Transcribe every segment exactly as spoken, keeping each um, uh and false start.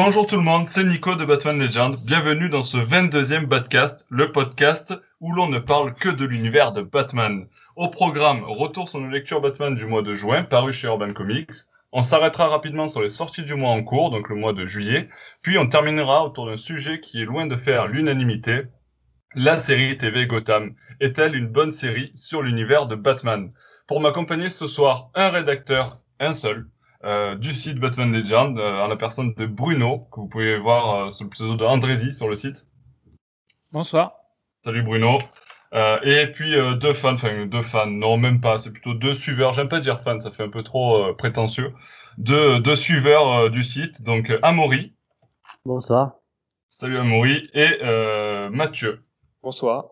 Bonjour tout le monde, c'est Nico de Batman Legend. Bienvenue dans ce vingt-deuxième Batcast, le podcast où l'on ne parle que de l'univers de Batman. Au programme, retour sur nos lectures Batman du mois de juin, paru chez Urban Comics. On s'arrêtera rapidement sur les sorties du mois en cours, donc le mois de juillet. Puis on terminera autour d'un sujet qui est loin de faire l'unanimité. La série T V Gotham est-elle une bonne série sur l'univers de Batman? Pour m'accompagner ce soir, un rédacteur, un seul, euh, du site Batman Legend, euh, en la personne de Bruno, que vous pouvez voir euh, sous le pseudo de Andrézy sur le site. Bonsoir. Salut Bruno. Euh, et puis euh, deux fans, enfin deux fans, non même pas, c'est plutôt deux suiveurs, j'aime pas dire fans, ça fait un peu trop euh, prétentieux. Deux, deux suiveurs euh, du site, donc euh, Amaury, Bonsoir. salut Amaury, et euh, Mathieu. Bonsoir.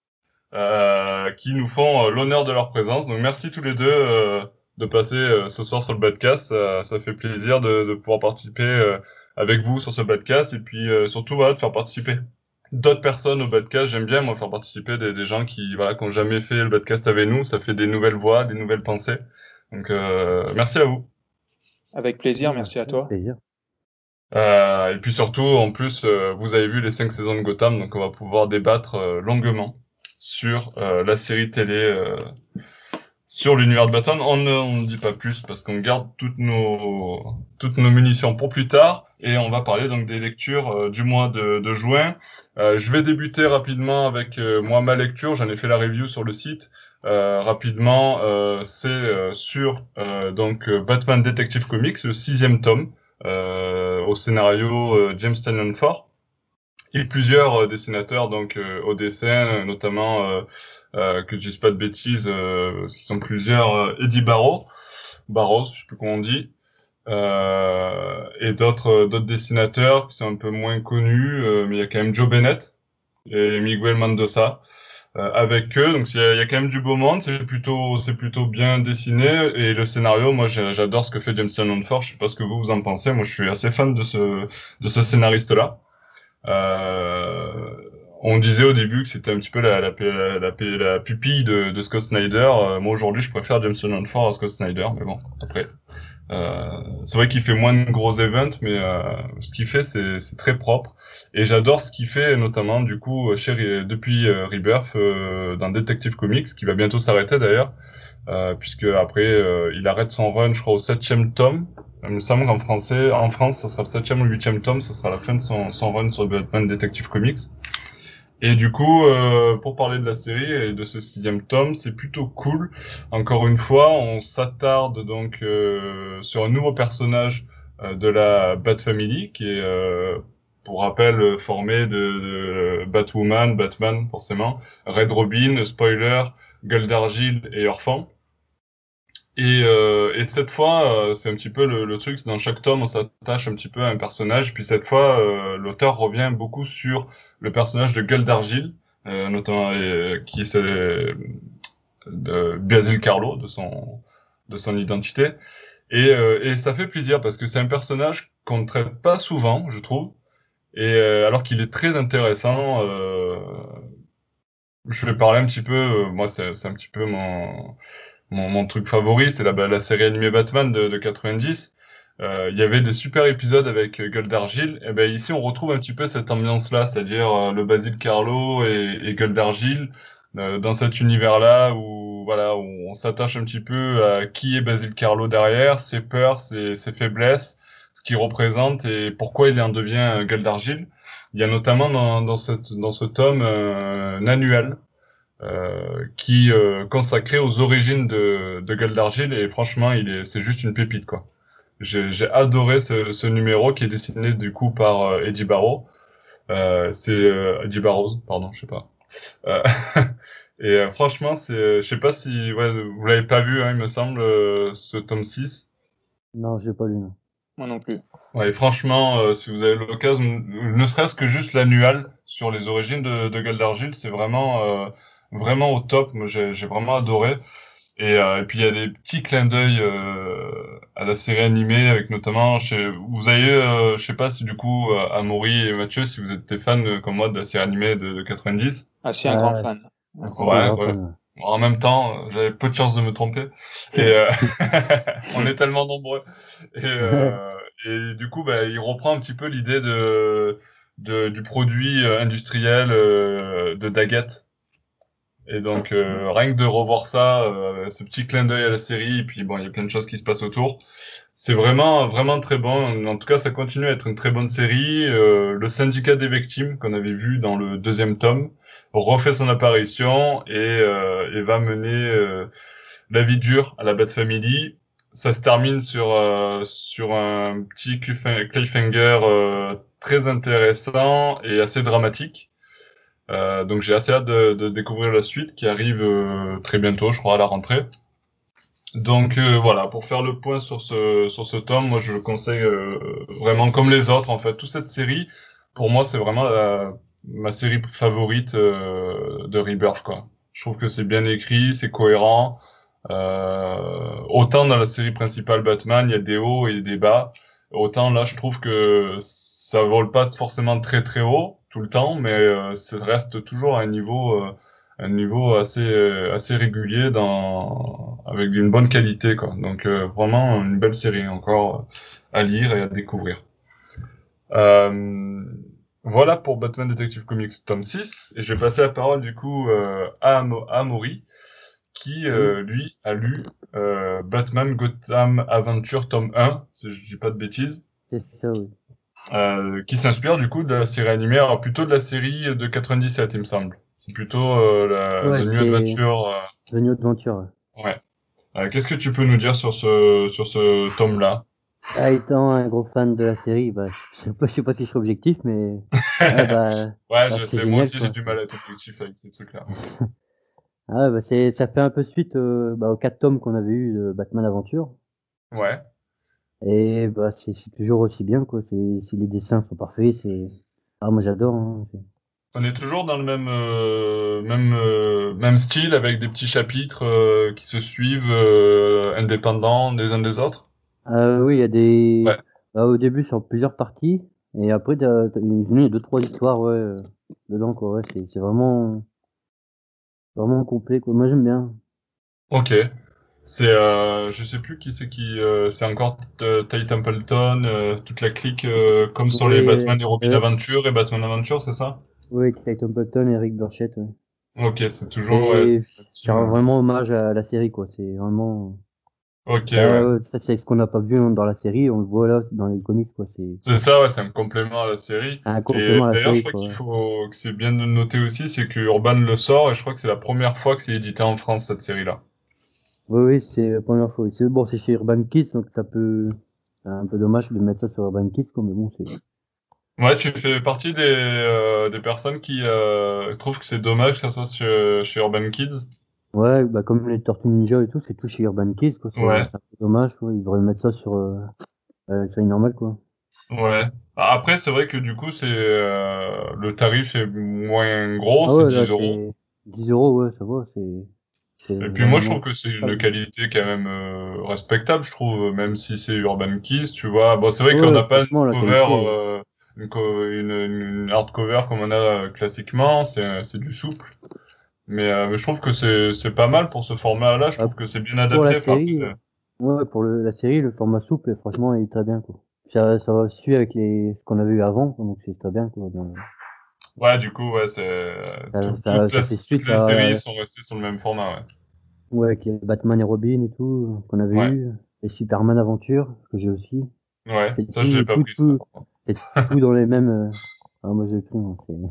Euh, qui nous font euh, l'honneur de leur présence. Donc merci tous les deux euh, de passer euh, ce soir sur le podcast. Ça, ça fait plaisir de, de pouvoir participer euh, avec vous sur ce podcast et puis euh, surtout voilà, de faire participer d'autres personnes au podcast. J'aime bien moi faire participer des, des gens qui voilà qui ont jamais fait le podcast avec nous. Ça fait des nouvelles voix, des nouvelles pensées. Donc euh, merci à vous. Avec plaisir, merci à toi. Plaisir. Euh, et puis surtout, en plus, euh, vous avez vu les cinq saisons de Gotham, donc on va pouvoir débattre euh, longuement sur euh, la série télé, euh, sur l'univers de Batman. On ne on ne dit pas plus parce qu'on garde toutes nos toutes nos munitions pour plus tard et on va parler donc des lectures euh, du mois de, de juin. Euh, je vais débuter rapidement avec euh, moi ma lecture. J'en ai fait la review sur le site. Euh, rapidement, euh, c'est euh, sur euh, donc euh, Batman Detective Comics, le sixième tome. Euh, au scénario euh, James Tynion Ford et plusieurs euh, dessinateurs donc euh, au dessin, notamment euh, euh, que je dise pas de bêtises, euh, parce qu'ils sont plusieurs, euh, Eddie Barrow, Barrows, je sais plus comment on dit, euh, et d'autres euh, d'autres dessinateurs qui sont un peu moins connus, euh, mais il y a quand même Joe Bennett et Miguel Mendoza. Euh, avec eux, donc il y, a, il y a quand même du beau monde, c'est plutôt c'est plutôt bien dessiné et le scénario, moi j'ai- j'adore ce que fait James Tynion Ford. Je sais pas ce que vous vous en pensez, moi je suis assez fan de ce de ce scénariste là. Euh, on disait au début que c'était un petit peu la la, la, la, la pupille de, de Scott Snyder. Euh, moi aujourd'hui je préfère James Tynion Ford à Scott Snyder, mais bon après. Euh, c'est vrai qu'il fait moins de gros events, mais euh, ce qu'il fait, c'est, c'est très propre. Et j'adore ce qu'il fait, notamment du coup chez Re- depuis euh, Rebirth euh, dans Detective Comics, qui va bientôt s'arrêter d'ailleurs, euh, puisque après euh, il arrête son run, je crois au septième tome. Il me semble qu'en français, en France, ça sera le septième ou huitième tome, ça sera la fin de son, son run sur Batman Detective Comics. Et du coup, euh, pour parler de la série et de ce sixième tome, c'est plutôt cool. Encore une fois, on s'attarde donc euh, sur un nouveau personnage euh, de la Bat Family, qui est, euh, pour rappel, euh, formé de, de Batwoman, Batman forcément, Red Robin, Spoiler, Gueule d'Argile et Orphan. Et, euh, et cette fois, euh, c'est un petit peu le, le truc, c'est dans chaque tome, on s'attache un petit peu à un personnage. Puis cette fois, euh, l'auteur revient beaucoup sur le personnage de Gueule d'Argile, euh, notamment euh, qui est euh, de Basil Carlo, de son de son identité. Et, euh, et ça fait plaisir parce que c'est un personnage qu'on ne traite pas souvent, je trouve. Et euh, alors qu'il est très intéressant. Euh, je vais parler un petit peu. Euh, moi, c'est c'est un petit peu mon mon, mon truc favori, c'est la, la série animée Batman de, de quatre-vingt-dix. Euh, Il y avait des super épisodes avec euh, Gueule d'Argile. Et ben ici, on retrouve un petit peu cette ambiance-là, c'est-à-dire euh, le Basil Carlo et, et Gueule d'Argile euh, dans cet univers-là où voilà, où on s'attache un petit peu à qui est Basil Carlo derrière, ses peurs, ses, ses faiblesses, ce qu'il représente et pourquoi il en devient euh, Gueule d'Argile. Il y a notamment dans, dans, cette, dans ce tome euh, un annuel euh, qui euh, consacré aux origines de, de Gueule d'Argile et franchement il est c'est juste une pépite quoi. J'ai j'ai adoré ce, ce numéro qui est dessiné du coup par euh, Eddie Barrow. Euh, c'est euh, Eddie Barrows, pardon, je sais pas. Euh, et euh, franchement c'est je sais pas si ouais, vous l'avez pas vu hein, il me semble euh, ce tome six. Non, j'ai pas lu, non. Moi non plus. Ouais, franchement, euh, si vous avez l'occasion, ne serait-ce que juste l'annual sur les origines de, de Gueule d'Argile, c'est vraiment, euh, vraiment au top. Moi, j'ai, j'ai vraiment adoré. Et, euh, et puis il y a des petits clins d'œil euh, à la série animée, avec notamment, chez, vous avez, euh, je sais pas si du coup, euh, Amaury et Mathieu, si vous êtes des fans euh, comme moi de la série animée de, de quatre-vingt-dix. Ah, si, un grand Ah, fan. Un ah, grand c'était Ouais, fan. grand ouais. fan. En même temps, euh, j'avais peu de chance de me tromper. Et euh, on est tellement nombreux. Et, Ouais. euh, et du coup, bah, il reprend un petit peu l'idée de, de du produit euh, industriel euh, de Daggett. Et donc, euh, rien que de revoir ça, euh, ce petit clin d'œil à la série, et puis bon, il y a plein de choses qui se passent autour. C'est vraiment, vraiment très bon. En tout cas, ça continue à être une très bonne série. Euh, le syndicat des victimes, qu'on avait vu dans le deuxième tome, refait son apparition et, euh, et va mener euh, la vie dure à la Bat Family. Ça se termine sur, euh, sur un petit cliffha- cliffhanger euh, très intéressant et assez dramatique. Euh, donc j'ai assez hâte de, de découvrir la suite qui arrive euh, très bientôt, je crois, à la rentrée. Donc euh, voilà, pour faire le point sur ce sur ce tome, moi je le conseille euh, vraiment comme les autres en fait. Toute cette série, pour moi, c'est vraiment la- ma série favorite euh, de Rebirth quoi. Je trouve que c'est bien écrit, c'est cohérent. Euh, autant dans la série principale Batman, il y a des hauts et des bas. Autant là, je trouve que ça vole pas forcément très très haut tout le temps, mais euh, ça reste toujours à un niveau euh, un niveau assez euh, assez régulier dans avec une bonne qualité quoi. Donc euh, vraiment une belle série encore à lire et à découvrir. Euh, voilà pour Batman Detective Comics tome six et je vais passer la parole du coup euh, à, Amo- à Amaury qui Oui, euh, lui a lu euh, Batman Gotham Adventure tome un, si je dis pas de bêtises, c'est ça, oui. euh, qui s'inspire du coup de la série animée, alors plutôt de la série de quatre-vingt-dix-sept il me semble. C'est plutôt euh, la Ouais, The New c'est Adventure. euh, The New Adventure. Ouais. Euh, qu'est-ce que tu peux nous dire sur ce sur ce tome-là? Ah, étant un gros fan de la série, bah, je sais pas, je sais pas si je suis objectif, mais ah, bah, Ouais, bah, je c'est sais, moi génial, aussi j'ai quoi. du c'est- mal à être objectif avec ces trucs-là. Ah, ouais, bah, c'est, ça fait un peu suite euh, bah, aux quatre tomes qu'on avait eu de Batman Aventure. Ouais. Et bah, c'est c'est toujours aussi bien, quoi. C'est, si les dessins sont parfaits, c'est, ah, moi j'adore, hein. C'est- On est toujours dans le même euh, même euh, même style avec des petits chapitres euh, qui se suivent euh, indépendants des uns des autres. Ah, oui, il y a des, Ouais. bah, au début sur plusieurs parties, et après, t'as, t'as- il y a deux, trois histoires, ouais, euh, dedans, quoi. Ouais, c'est, c'est vraiment, vraiment complet, quoi. Moi j'aime bien. Ok. C'est euh, je sais plus qui c'est qui euh, c'est encore euh, Ty Templeton, euh, toute la clique euh, comme sur les Oui, euh, Batman et Robin euh, Adventure et Batman Adventure, c'est ça? oui, Kate Templeton et Eric Burchett, ouais. Ok, c'est toujours ouais, c'est Et la c'est team. un- euh, vraiment hommage à la série, quoi. C'est vraiment, Ok, bah, ouais. ouais, ça c'est ce qu'on n'a pas vu dans la série, on le voit là dans les comics, quoi. C'est C'est ça, ouais, c'est un complément à la série. un Et complément à la d'ailleurs, je série, crois quoi. qu'il Ouais, faut que c'est bien de noter aussi, c'est que Urban le sort et je crois que c'est la première fois que c'est édité en France cette série-là. oui, oui, c'est la première fois. C'est bon, c'est chez Urban Kids, donc ça peut, c'est un peu dommage de mettre ça sur Urban Kids, quoi, mais bon, c'est, Ouais, tu fais partie des euh, des personnes qui euh, trouvent que c'est dommage que ça soit chez, chez Urban Kids. ouais, bah, comme les Tortues Ninja et tout, c'est tout chez Urban Kids, quoi. C'est Ouais, c'est un peu dommage, quoi. Ils devraient mettre ça sur, euh, euh, série normale, quoi. ouais. Après, c'est vrai que du coup, c'est euh, le tarif est moins gros, Ah c'est ouais, là, dix euros. c'est dix euros, ouais, ça va, c'est, c'est Et puis moi, je trouve vraiment que c'est pas une mal. qualité quand même euh, respectable, je trouve, même si c'est Urban Kids, tu vois. Bon, c'est vrai qu'on Ouais, n'a pas une franchement, la cover, qualité. euh, une, co- une, une hardcover comme on a euh, classiquement, c'est c'est du souple. Mais, euh, mais je trouve que c'est c'est pas mal pour ce format-là. Je Ah, trouve que c'est bien pour la adapté. Enfin, série, après, euh, euh, ouais, pour le, la série, le format souple, franchement, il est très bien, quoi. Ça, ça va suivre avec les, ce qu'on avait eu avant, quoi, donc c'est très bien, quoi. dans le- ouais, du coup, ouais, c'est euh, ça, tout- ça, toute ça la, fait toutes suite les séries à, sont restées sur le même format. Ouais. ouais, avec les Batman et Robin et tout, euh, qu'on avait Ouais, eu, les Superman Aventure, que j'ai aussi. ouais. C'est Ça, je l'ai tout, pas tout, pris ça. tout, c'est tout dans les mêmes, euh, ah, moi j'ai pris, moi, c'est,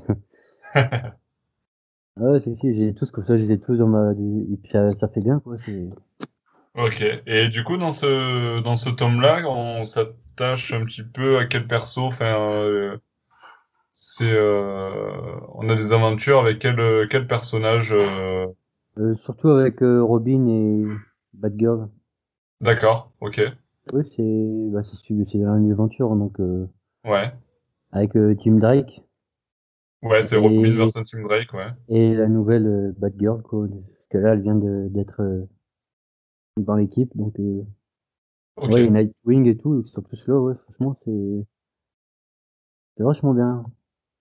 ah ouais, c'est, si, j'ai tous comme ça, j'ai tous dans ma, et puis ça, ça fait bien, quoi, c'est, Ok. Et du coup, dans ce dans ce tome-là, on s'attache un petit peu à quel perso. Enfin, euh, c'est euh, on a des aventures avec quel euh, quel personnage. euh, euh, surtout avec, euh, Robin et Batgirl. D'accord. Ok. Oui, c'est bah, c'est celui- c'est une aventure donc euh, Ouais. avec euh, Tim Drake Ouais, c'est Robin et versus Tim Drake. Ouais. et la nouvelle euh, Batgirl quoi. Parce que là, elle vient de d'être euh, dans l'équipe donc euh, ouais, et Ok. Nightwing et tout, ils sont tous là, ouais, franchement, c'est c'est vachement bien.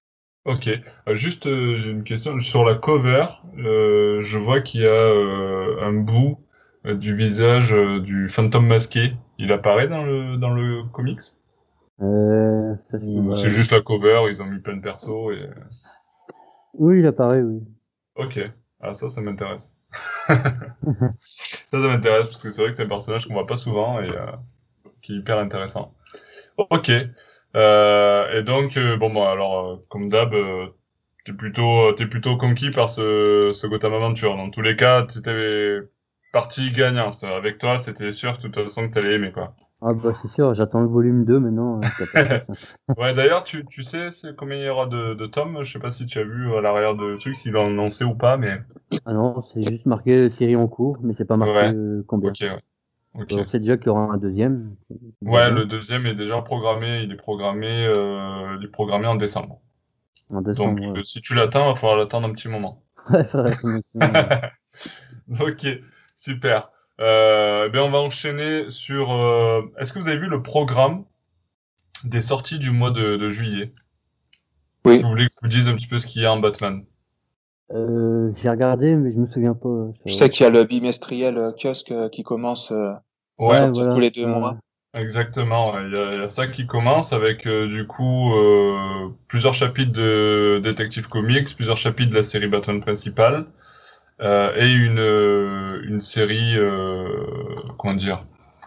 Ok. Euh, juste, euh, j'ai une question. Sur la cover, euh, je vois qu'il y a euh, un bout euh, du visage euh, du fantôme masqué. Il apparaît dans le dans le comics? Euh, ça, je- Ou c'est bah, juste la cover, ils ont mis plein de persos et... oui, il apparaît, oui. Ok. Ah, ça, ça m'intéresse. Ça, ça m'intéresse parce que c'est vrai que c'est un personnage qu'on voit pas souvent et euh, qui est hyper intéressant. Ok. Euh, et donc, euh, bon, bah, alors, euh, comme d'hab, euh, t'es plutôt, t'es plutôt conquis par ce, ce Gotham Adventure. Dans tous les cas, t'étais parti gagnant. Ça. Avec toi, c'était sûr, de toute façon, que t'allais aimer, quoi. Ah bah c'est sûr, j'attends le volume deux maintenant, euh, c'est pas ça. Ouais, d'ailleurs, tu, tu sais c'est combien il y aura de, de tomes? Je sais pas si tu as vu à l'arrière de truc, s'il en annoncé ou pas, mais... Ah non, c'est juste marqué série en cours, mais c'est pas marqué Ouais. euh, combien. Ok, ouais. Ok. On sait déjà qu'il y aura un deuxième, c'est déjà Ouais, bien, le deuxième est déjà programmé. Il est programmé, euh, il est programmé en décembre. en Donc, décembre, ouais. euh, si tu l'attends, il va falloir l'attendre un petit moment. Ouais, faudrait attendre un petit moment, ouais. Ok, super. Euh, eh bien, on va enchaîner sur... euh, Est-ce que vous avez vu le programme des sorties du mois de, de juillet? Est-ce que Oui, vous voulez que je vous dise un petit peu ce qu'il y a en Batman? Euh, j'ai regardé, mais je me souviens pas. euh, je ça- sais qu'il y a le bimestriel euh, kiosque euh, qui commence euh, à Ouais, Ouais, sortir tous voilà. les deux Ouais, ouais. mois. exactement. ouais. Il y a, il y a ça qui commence avec euh, du coup euh, plusieurs chapitres de Detective Comics, plusieurs chapitres de la série Batman principale euh, et une euh, une série euh, comment dire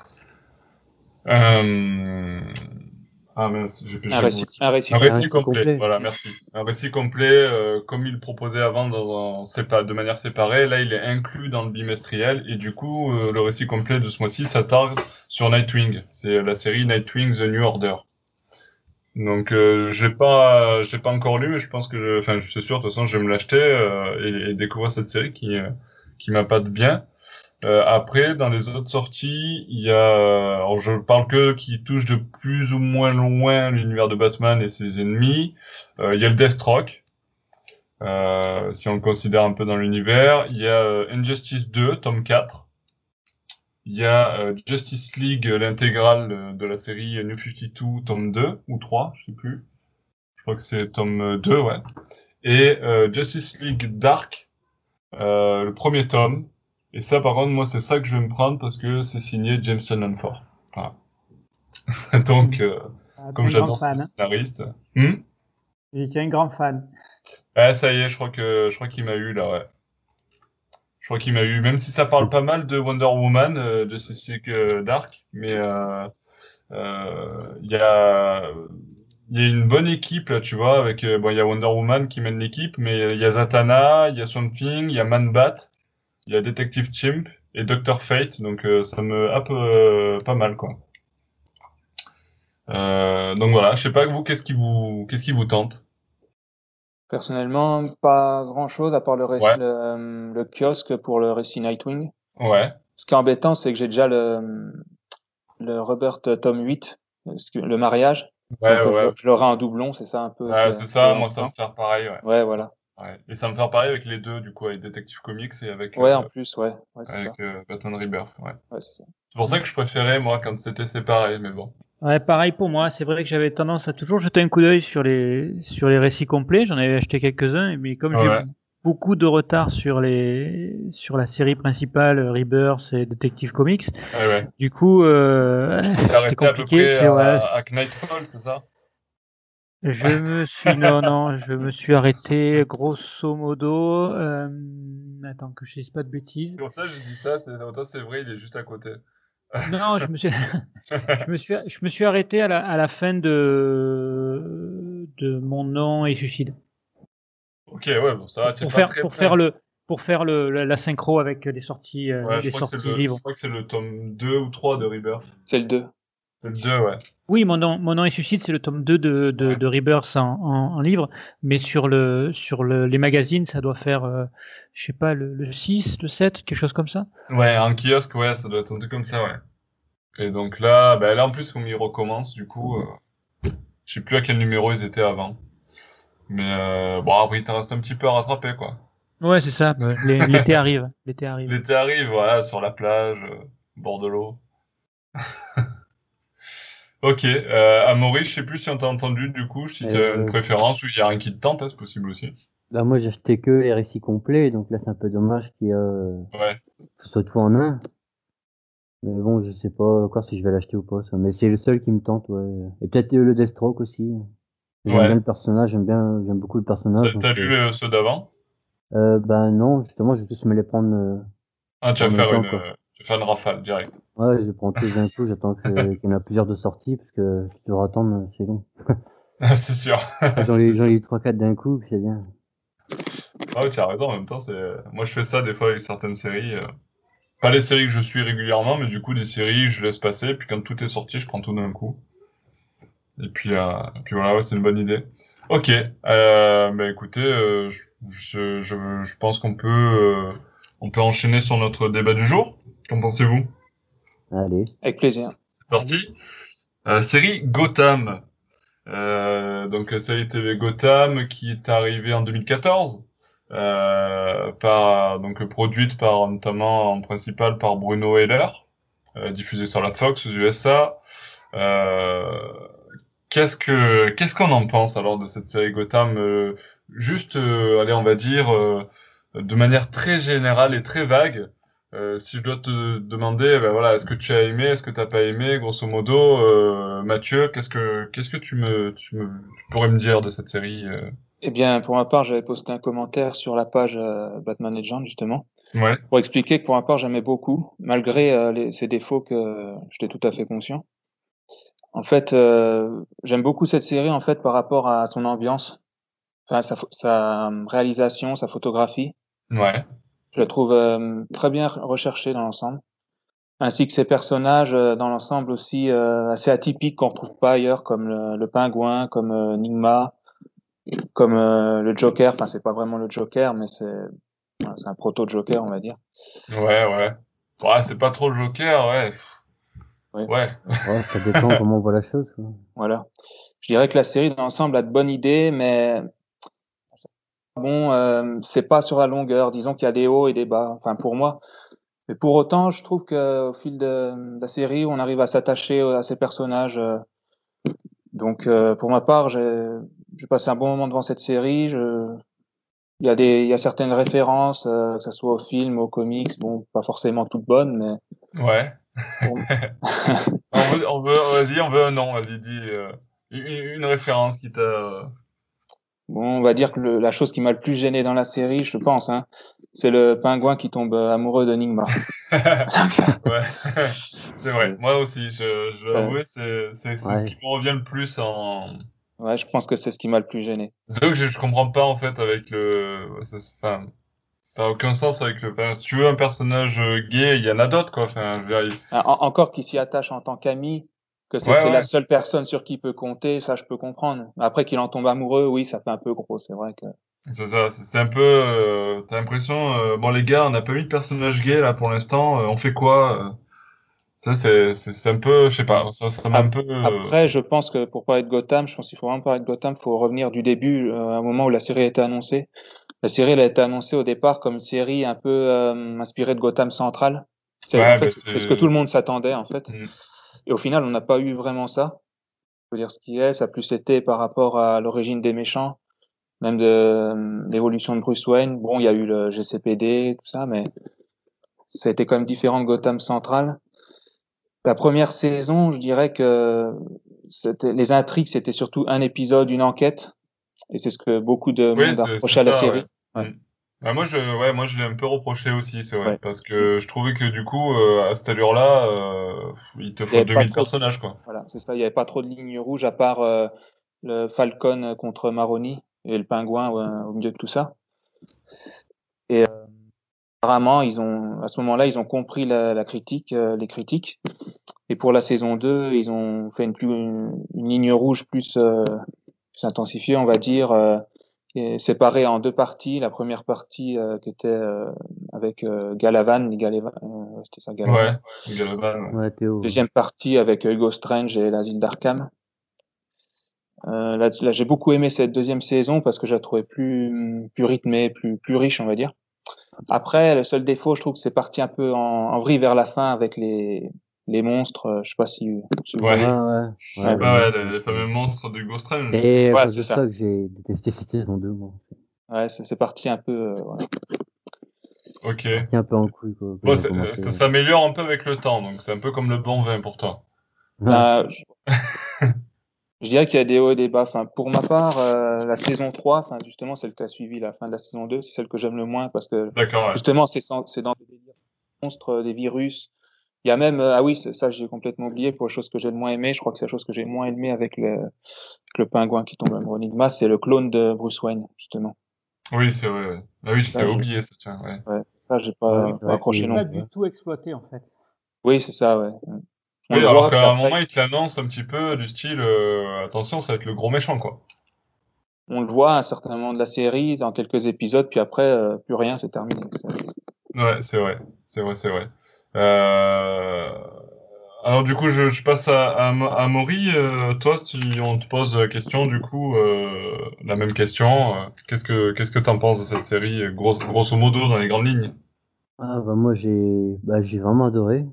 euh, ah mince, j'ai Un j'ai le mot. récit, un récit Un Un récit complet. récit complet, complet. voilà, merci. Un récit complet, euh, comme il le proposait avant dans un, sépa- de manière séparée, là il est inclus dans le bimestriel, et du coup, euh, le récit complet de ce mois-ci s'attarde sur Nightwing. C'est la série Nightwing The New Order. Donc euh, je l'ai pas, je l'ai pas encore lu, mais je pense que, je, enfin, je suis sûr, de toute façon, je vais me l'acheter euh, et, et découvrir cette série qui, euh, qui m'impacte bien. Euh, après, dans les autres sorties, il y a, euh, alors je parle que qui touche de plus ou moins loin l'univers de Batman et ses ennemis. Euh, il y a le Deathstroke, euh, si on le considère un peu dans l'univers. Il y a euh, Injustice deux, tome quatre. Il y a euh, Justice League, euh, l'intégrale euh, de la série New cinquante-deux, tome deux ou trois, je sais plus. Je crois que c'est tome deux, ouais. Et euh, Justice League Dark, euh, le premier tome. Et ça, par contre, moi, c'est ça que je vais me prendre parce que c'est signé James Tynion Ford. Voilà. Donc, euh, Ah, t'es comme un grand j'adore ce fan, hein. scénariste. Hmm. J'étais un grand fan. Ah, ça y est, je crois que je crois qu'il m'a eu là, ouais. Je crois qu'il m'a eu, même si ça parle pas mal de Wonder Woman, euh, de Justice League euh, Dark, mais euh, euh, il y a il y a une bonne équipe là, tu vois, avec euh, bon, il y a Wonder Woman qui mène l'équipe, mais il y a Zatanna, il y a Swamp Thing, il y a Man-Bat, il y a Detective Chimp et Doctor Fate, donc euh, ça me happe euh, pas mal quoi. Euh, donc voilà, je sais pas vous, qu'est-ce qui vous, qu'est-ce qui vous tente? Personnellement, pas grand-chose à part le, ré- Ouais, le, euh, le kiosque pour le récit Nightwing. ouais, Ce qui est embêtant, c'est que j'ai déjà le, le Rebirth tome huit, ce que- le mariage. ouais, Donc euh, je, ouais, l'au- je l'aurai en doublon, c'est ça un peu qui ouais, est, c'est qui est ça. Moi, ça me embêtant. fait pareil, ouais. Ouais, voilà. Ouais. Et ça me fait pareil avec les deux, du coup, avec Detective Comics et avec Ouais, en euh, plus, ouais, ouais, c'est ça. avec euh, Batman Rebirth. Ouais. Ouais, c'est ça. C'est pour ça que je préférais moi quand c'était séparé, mais bon. Ouais, pareil pour moi. C'est vrai que j'avais tendance à toujours jeter un coup d'œil sur les sur les récits complets. J'en avais acheté quelques-uns, mais comme j'ai Ouais, beaucoup de retard sur les sur la série principale euh, Rebirth et Detective Comics, ouais, ouais. du coup, euh, Tu t'es c'était arrêté à peu compliqué. près C'est ouais, à, à Knightfall, c'est ça? je me suis non non, je me suis arrêté grosso modo. Euh, attends que je dise pas de bêtises. C'est pour ça que je dis ça, c'est autant c'est vrai, il est juste à côté. Non, je me suis Je me suis, je me suis arrêté à la, à la fin de, de Mon nom et suicide. Ok, ouais, bon, ça va, Pour, tu es pour pas faire, très pour près. faire le, pour faire le, la, la synchro avec les sorties, euh, Ouais, je les crois que c'est sorties le, je livres. crois que c'est le tome deux ou trois de Rebirth. C'est le deux. C'est le deux, ouais. Oui, Mon nom, Mon nom et suicide, c'est le tome deux de, de, Ouais. de Rebirth en, en, en livre, mais sur le, sur le, les magazines, ça doit faire, euh, je sais pas, le, le six, le sept, quelque chose comme ça. Ouais, en kiosque, ouais, ça doit être un truc comme ça, ouais. Et donc là, bah là en plus, comme ils recommencent, du coup, euh, je sais plus à quel numéro ils étaient avant. Mais euh, bon, après, il t'en reste un petit peu à rattraper, quoi. Ouais, c'est ça. bah, l'é- L'été arrive. L'été arrive. L'été arrive, voilà, sur la plage, euh, au bord de l'eau. Ok, euh, Amaury, je sais plus si on t'a entendu du coup, si t'as une Euh, préférence ou il y a un qui te tente, hein, c'est possible aussi. Bah, moi, j'ai acheté que les récits complets, donc là, c'est un peu dommage qu'il y a, euh, Ouais, que ce soit tout en un. Mais bon, je sais pas encore si je vais l'acheter ou pas, ça. Mais c'est le seul qui me tente, ouais. Et peut-être euh, le Deathstroke aussi. J'aime bien ouais. le personnage, j'aime bien, j'aime beaucoup le personnage, T'as donc, t'as lu euh, euh, ceux d'avant? euh, bah, non, justement, je vais tous me les prendre, euh, Ah, tu en vas même faire temps, une, quoi. euh, tu vas faire une rafale direct. Ouais, je les prends tous d'un coup, j'attends que, qu'il y en a plusieurs de sortie, parce que si tu dois attendre, c'est long. C'est sûr, Là, j'en c'est ai, j'en sûr. ai eu trois, quatre d'un coup, puis c'est bien. Ah oui, tu as raison, en même temps, c'est... Moi, je fais ça des fois avec certaines séries. euh, Pas les séries que je suis régulièrement, mais du coup, des séries, je laisse passer, puis quand tout est sorti, je prends tout d'un coup. Et puis, euh, et puis voilà, ouais, c'est une bonne idée. Ok, euh, bah écoutez, euh, je, je, je pense qu'on peut, euh, on peut enchaîner sur notre débat du jour. Qu'en pensez-vous? Allez. Avec plaisir. C'est parti. Euh, série Gotham. Euh, donc la série T V Gotham qui est arrivée en deux mille quatorze, euh, par, donc produite par notamment en principal par Bruno Heller, euh, diffusée sur la Fox aux U S A. Euh, qu'est-ce que qu'est-ce qu'on en pense alors de cette série Gotham? Euh, juste, euh, allez, on va dire euh, de manière très générale et très vague. Euh, si je dois te demander, ben voilà, est-ce que tu as aimé, est-ce que t'as pas aimé, grosso modo, euh, Mathieu, qu'est-ce que qu'est-ce que tu me tu me tu pourrais me dire de cette série? euh Eh bien, pour ma part, j'avais posté un commentaire sur la page euh, Batman Legends, justement, Ouais, pour expliquer que pour ma part, j'aimais beaucoup, malgré euh, les, ses défauts que j'étais tout à fait conscient. En fait, euh, j'aime beaucoup cette série, en fait, par rapport à son ambiance, enfin, sa, pho- sa euh, réalisation, sa photographie. ouais, Je la trouve euh, très bien recherchée dans l'ensemble, ainsi que ses personnages euh, dans l'ensemble aussi euh, assez atypiques qu'on retrouve pas ailleurs, comme le, le Pingouin, comme euh, Nigma, comme euh, le Joker. Enfin, c'est pas vraiment le Joker, mais c'est voilà, c'est un proto-Joker, on va dire. ouais, ouais. Ouais, c'est pas trop le Joker, ouais, Oui, ouais. Ouais, ça dépend comment on voit la chose, quoi. voilà. Je dirais que la série dans l'ensemble a de bonnes idées, mais bon, euh, c'est pas sur la longueur. Disons qu'il y a des hauts et des bas. Enfin, pour moi. Mais pour autant, je trouve qu'au fil de, de la série, on arrive à s'attacher à ces personnages. euh. Donc, euh, pour ma part, j'ai j'ai passé un bon moment devant cette série. Je, il y a des, il y a certaines références, euh, que ce soit au film, aux comics. Bon, pas forcément toutes bonnes, mais Ouais. bon. On veut, on veut, vas-y, on veut un nom, vas-y, dis euh, une, une référence qui t'a. Bon, on va dire que le- la chose qui m'a le plus gêné dans la série, je pense, hein, c'est le pingouin qui tombe euh, amoureux de Nigma. Ouais, c'est vrai. Euh, Moi aussi, je, je dois euh, avouer, c'est, c'est, c'est ce qui Ouais. me revient le plus en. ouais, je pense que c'est ce qui m'a le plus gêné. C'est vrai que je, je comprends pas en fait avec le. Ça, se- enfin, ça a aucun sens avec le. Enfin, si tu veux un personnage euh, gay, il y en a d'autres quoi. Enfin, je veux dire, il- En- encore qu'il s'y attache en tant qu'ami, que c'est ouais, c'est la ouais. seule personne sur qui il peut compter, ça je peux comprendre. Après qu'il en tombe amoureux, oui, ça fait un peu gros, c'est vrai que. C'est ça. C'est c'est un peu. Euh, t'as l'impression. Euh, bon les gars, on n'a pas mis de personnage gay là pour l'instant. euh, on fait quoi? euh Ça c'est, c'est, c'est un peu. Je sais Ouais. pas. Ça, ça m'a un Ap- peu. euh, Après, je pense que pour parler de Gotham, je pense qu'il faut vraiment parler de Gotham, il faut revenir du début, euh, au moment où la série a été annoncée. La série, elle a été annoncée au départ comme une série un peu euh, inspirée de Gotham Central. C'est, en Ouais, fait, ben c'est c'est ce que tout c'est. le monde s'attendait, en fait. Hmm. Et au final, on n'a pas eu vraiment ça. Faut dire ce qui est, ça a plus été par rapport à l'origine des méchants, même de euh, l'évolution de Bruce Wayne. Bon, il y a eu le G C P D, tout ça, mais ça a été quand même différent de Gotham Central. La première saison, je dirais que c'était, les intrigues, c'était surtout un épisode, une enquête, et c'est ce que beaucoup de Oui, monde a c'est c'est reproché à la ça, ouais. série. Ouais, Mm. Bah, moi, je, ouais, moi, je l'ai un peu reproché aussi, c'est vrai, ouais. parce Mm. que je trouvais que du coup, euh, à cette allure-là, euh, il te Il y faut avait pas deux mille trop, personnages, quoi. voilà, c'est ça, il y avait pas trop de lignes rouges à part euh, le Falcon contre Maroni et le Pingouin ouais, au milieu de tout ça. Et euh, apparemment, ils ont, à ce moment-là, ils ont compris la, la critique, euh, les critiques. Et pour la saison deux, ils ont fait une, plus, une, une ligne rouge plus, euh, plus intensifiée, on va dire, euh, et séparée en deux parties. La première partie euh, qui était euh, avec euh, Galavan, Galavan euh, c'était ça, Galavan. Ouais, Galavan, ouais. Ouais, Théo, ouais. Deuxième partie avec Hugo Strange et l'asile d'Arkham. Euh, là, là j'ai beaucoup aimé cette deuxième saison parce que je la trouvais plus, plus rythmée, plus, plus riche, on va dire. Après, le seul défaut, je trouve que c'est parti un peu en, en vrille vers la fin avec les, les monstres, euh, je sais pas si, si vous Ouais. Ouais, voyez. ouais. Ouais. Ouais, Ouais, le ouais, monstre, les, les c'est- fameux monstres du Ghost Range. C'est à Ouais, cause c'est de ça. ça que j'ai détesté cette saison deux, moi. Ouais, c'est c'est parti un peu. euh, voilà. Ok. C'est parti un peu en couille, quoi, quand Bon, j'ai c'est- euh, commencé. ça s'améliore un peu avec le temps, donc c'est un peu comme le bon vin pour toi. Ouais. Ben, je, je dirais qu'il y a des hauts et des bas. Enfin, pour ma part, euh, la saison trois, enfin, justement, celle qui a suivi la fin de la saison deux, c'est celle que j'aime le moins parce que D'accord, ouais. justement, c'est sans- c'est dans des délires monstres, euh, des virus. Il y a même, euh, ah oui, c'est- ça j'ai complètement oublié pour les choses que j'ai le moins aimé. Je crois que c'est la chose que j'ai le moins aimé avec le, avec le pingouin qui tombe amoureux d'Enigma, c'est le clone de Bruce Wayne, justement. Oui, c'est vrai, ouais. Ah oui, j'avais Ça, j'ai, oublié ça, tiens, ouais. ouais, ça, j'ai Ouais, pas, c'est pas vrai accroché que. non Pas plus. du tout exploité en fait. Oui, c'est ça, ouais. On Oui, le alors voit, puis qu'à un après, moment, il te l'annonce un petit peu du style, euh, attention, ça va être le gros méchant, quoi. on le voit à un certain moment de la série, dans quelques épisodes, puis après, euh, plus rien, c'est terminé. C'est- Ouais, c'est vrai, c'est vrai, c'est vrai. Euh... Alors du coup, je, je passe à, à, Mo- à Maury. Euh, toi, si on te pose la question, du coup, euh, la même question, euh, qu'est-ce que qu'est-ce que t'en penses de cette série, euh, gros, grosso modo, dans les grandes lignes? Ah, bah, moi, j'ai bah, j'ai vraiment adoré.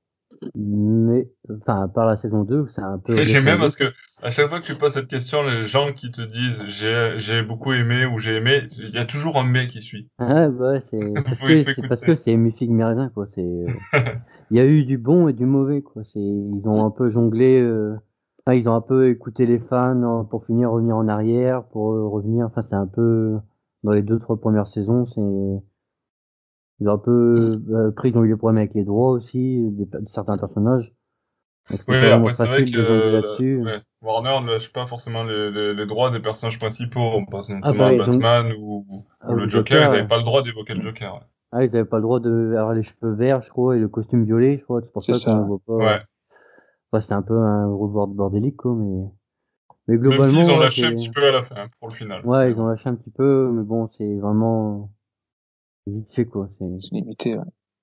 Mais, enfin, à part la saison deux, c'est un peu J'aime bien redescendu, parce quoi. que à chaque fois que tu poses cette question, les gens qui te disent j'ai j'ai beaucoup aimé ou j'ai aimé, il y a toujours un mais qui suit. Ah, bah, ouais, c'est parce Faut, il que faut c'est parce que écouter. c'est mi figue mi raisin, quoi. C'est, euh, il y a eu du bon et du mauvais, quoi. C'est, ils ont un peu jonglé, euh, enfin, ils ont un peu écouté les fans euh, pour finir revenir en arrière, pour euh, revenir. Enfin, c'est un peu dans les deux trois premières saisons, c'est ils ont un peu euh, pris, ils ont eu des problèmes avec les droits aussi, des, de certains personnages. Donc c'était Oui, pas vraiment après c'est vrai facile que de jongler euh, là-dessus. ouais, Warner ne lâche pas forcément les, les, les droits des personnages principaux. On pense Ah notamment bah à ils ont, Batman ou, ah, ou au le Joker. Ils n'avaient Joker, pas le droit d'évoquer le Joker. ah, ils avaient pas le droit de avoir les cheveux verts, je crois, et le costume violet, je crois. C'est pour C'est ça qu'on ça. voit Ouais. pas. Ouais. Enfin, c'était un peu un gros bord- bordélique, quoi, mais mais Même s'ils globalement, ont ouais, lâché un c'est petit peu à la fin pour le final. ouais, Mais ils ont bon. lâché un petit peu, mais bon, c'est vraiment vite fait, quoi. C'est C'est limité, ouais.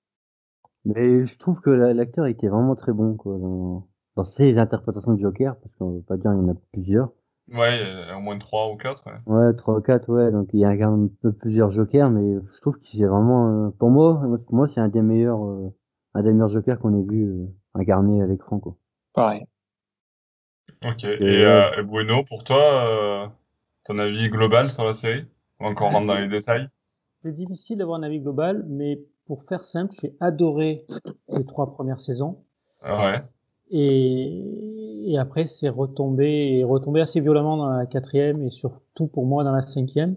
mais je trouve que la- l'acteur était vraiment très bon, quoi, dans dans ses interprétations de Joker, parce qu'on veut pas dire il y en a plusieurs. Ouais, il y a au moins trois ou quatre. Ouais. Ouais, trois ou quatre, ouais, donc il y a un peu plusieurs Jokers, mais je trouve qu'il est vraiment, euh, pour moi, pour moi, c'est un des meilleurs, euh, un des meilleurs Jokers qu'on ait vu euh, incarné à l'écran, quoi. Pareil. Ok. Que, Et, ouais, euh, et Bueno, pour toi, euh, ton avis global sur la série? On va encore rentrer dans les détails. C'est difficile d'avoir un avis global, mais pour faire simple, j'ai adoré les trois premières saisons. Ouais. Et, et après, c'est retombé, et retombé assez violemment dans la quatrième et surtout pour moi dans la cinquième.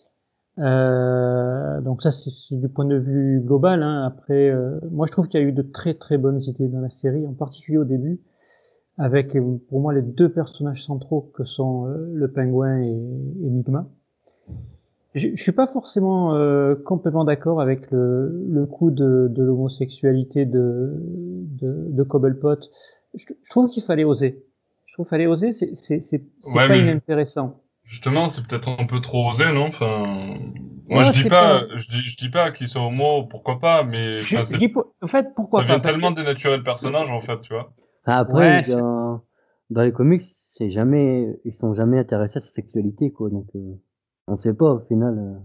Euh, donc ça, c'est c'est du point de vue global, hein. Après, euh, moi, je trouve qu'il y a eu de très très bonnes idées dans la série, en particulier au début, avec euh, pour moi les deux personnages centraux que sont euh, le pingouin et Enigma. Je, je suis pas forcément euh, complètement d'accord avec le, le coup de, de l'homosexualité de, de, de Cobblepot. Je, je trouve qu'il fallait oser. Je trouve qu'il fallait oser, c'est c'est c'est c'est Ouais, pas mais ju- inintéressant. justement, c'est peut-être un peu trop osé, non? Enfin, moi je Ouais, dis c'est pas, pas. je dis, je dis pas qu'il soit homo, pourquoi pas, mais Je, enfin, je c'est, dis pour- en fait ça pourquoi pas vient parce que tellement dénaturer le personnage en fait, tu vois. enfin, après, ouais, c'est- dans, dans les comics, c'est jamais, ils sont jamais intéressés à sa sexualité, quoi, donc, euh, on sait pas, au final, euh,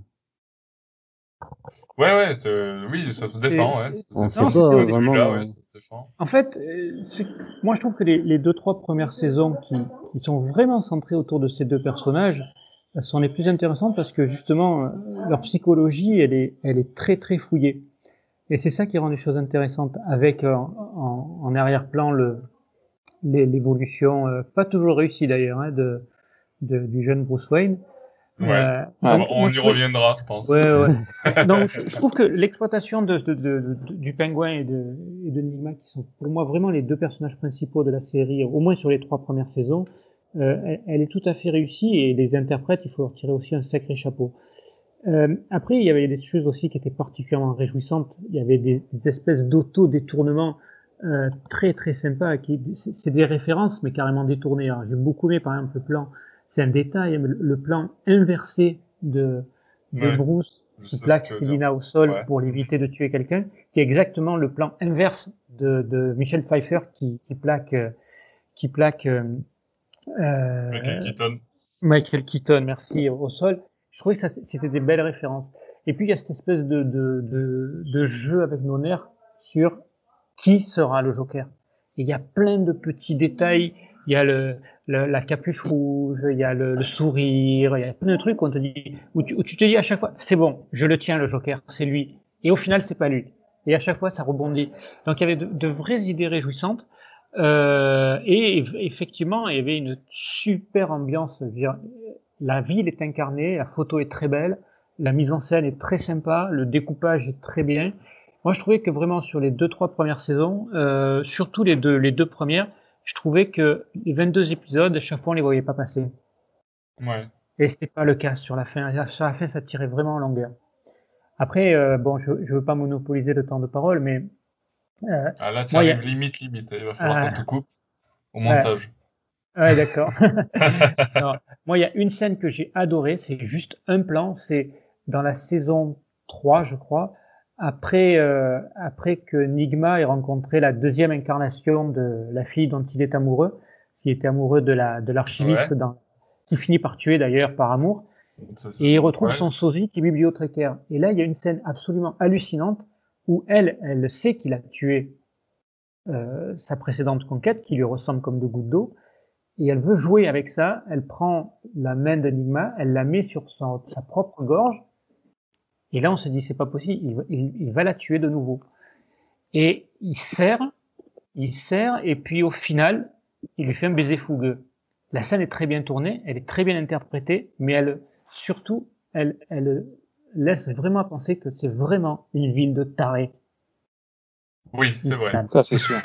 Ouais, ouais, c'est, oui, ça se c'est- défend, ouais, c'est- ça se on sait non, défend c'est de ce c'est pas point euh, de honnête. vue-là, ouais, vraiment, ça se défend. En fait, euh, c'est- moi je trouve que les, les deux trois premières saisons qui, qui sont vraiment centrées autour de ces deux personnages elles sont les plus intéressantes parce que justement euh, leur psychologie elle est elle est très très fouillée et c'est ça qui rend les choses intéressantes avec euh, en, en arrière-plan le les- l'évolution euh, pas toujours réussie d'ailleurs hein, de, de du jeune Bruce Wayne. Ouais, Euh, on, Ouais. va- donc moi on je y trouve reviendra, je pense. ouais, ouais. Ouais. Donc, je je trouve que l'exploitation de, de, de, de- du pingouin et de, et de Nigma, qui sont pour moi vraiment les deux personnages principaux de la série, au moins sur les trois premières saisons, euh, elle, elle est tout à fait réussie et les interprètes, il faut leur tirer aussi un sacré chapeau. Euh, après, il y avait des choses aussi qui étaient particulièrement réjouissantes. Il y avait des, des espèces d'auto-détournements euh, très très sympas. Qui, c'est c'est des références, mais carrément détournées. Alors, j'ai beaucoup aimé, par exemple, le plan. C'est un détail, mais le, le plan inversé de, de Ouais, Bruce je qui sais ce que plaque tu veux dire. Selina au sol Ouais. pour l'éviter de tuer quelqu'un, qui est exactement le plan inverse de, de Michel Pfeiffer qui, qui plaque, euh, qui plaque euh, Michael euh, Keaton. Michael Keaton, merci, au sol. Je trouvais que ça, c'était des belles références. Et puis il y a cette espèce de, de, de, de jeu avec nos nerfs sur qui sera le Joker. Et il y a plein de petits détails. Il y a le, le la capuche rouge, il y a le, le sourire, il y a plein de trucs où on te dit, où tu, où tu te dis à chaque fois, c'est bon, je le tiens le Joker, c'est lui. Et au final, c'est pas lui. Et à chaque fois, ça rebondit. Donc il y avait de, de vraies idées réjouissantes. Euh, et effectivement, il y avait une super ambiance. La ville est incarnée, la photo est très belle, la mise en scène est très sympa, le découpage est très bien. Moi, je trouvais que vraiment sur les deux, trois premières saisons, euh, surtout les deux, les deux premières, je trouvais que les vingt-deux épisodes, à chaque fois, on les voyait pas passer. Ouais. Et c'était pas le cas sur la fin. Sur la fin, ça tirait vraiment en longueur. Après, euh, bon, je, je veux pas monopoliser le temps de parole, mais euh, Ah là, tu moi, il y arrives a, limite, limite. Il va falloir euh, qu'on te coupe au ouais, montage. ouais, d'accord. Non, moi, il y a une scène que j'ai adorée, c'est juste un plan, c'est dans la saison trois, je crois, après, euh, après que Nigma ait rencontré la deuxième incarnation de la fille dont il est amoureux, qui était amoureux de la de l'archiviste, Ouais. dans, qui finit par tuer d'ailleurs par amour, Ça, ça, et il retrouve ouais. son sosie qui est bibliothécaire. Et là, il y a une scène absolument hallucinante où elle, elle sait qu'il a tué euh, sa précédente conquête, qui lui ressemble comme deux gouttes d'eau, et elle veut jouer avec ça. Elle prend la main d'Enigma, elle la met sur son, sa propre gorge, et là on se dit c'est pas possible, il, il, il va la tuer de nouveau. Et il serre, il serre, et puis au final, il lui fait un baiser fougueux. La scène est très bien tournée, elle est très bien interprétée, mais elle, surtout, elle, elle laisse vraiment penser que c'est vraiment une ville de tarés. Oui, c'est vrai. Ça, c'est sûr.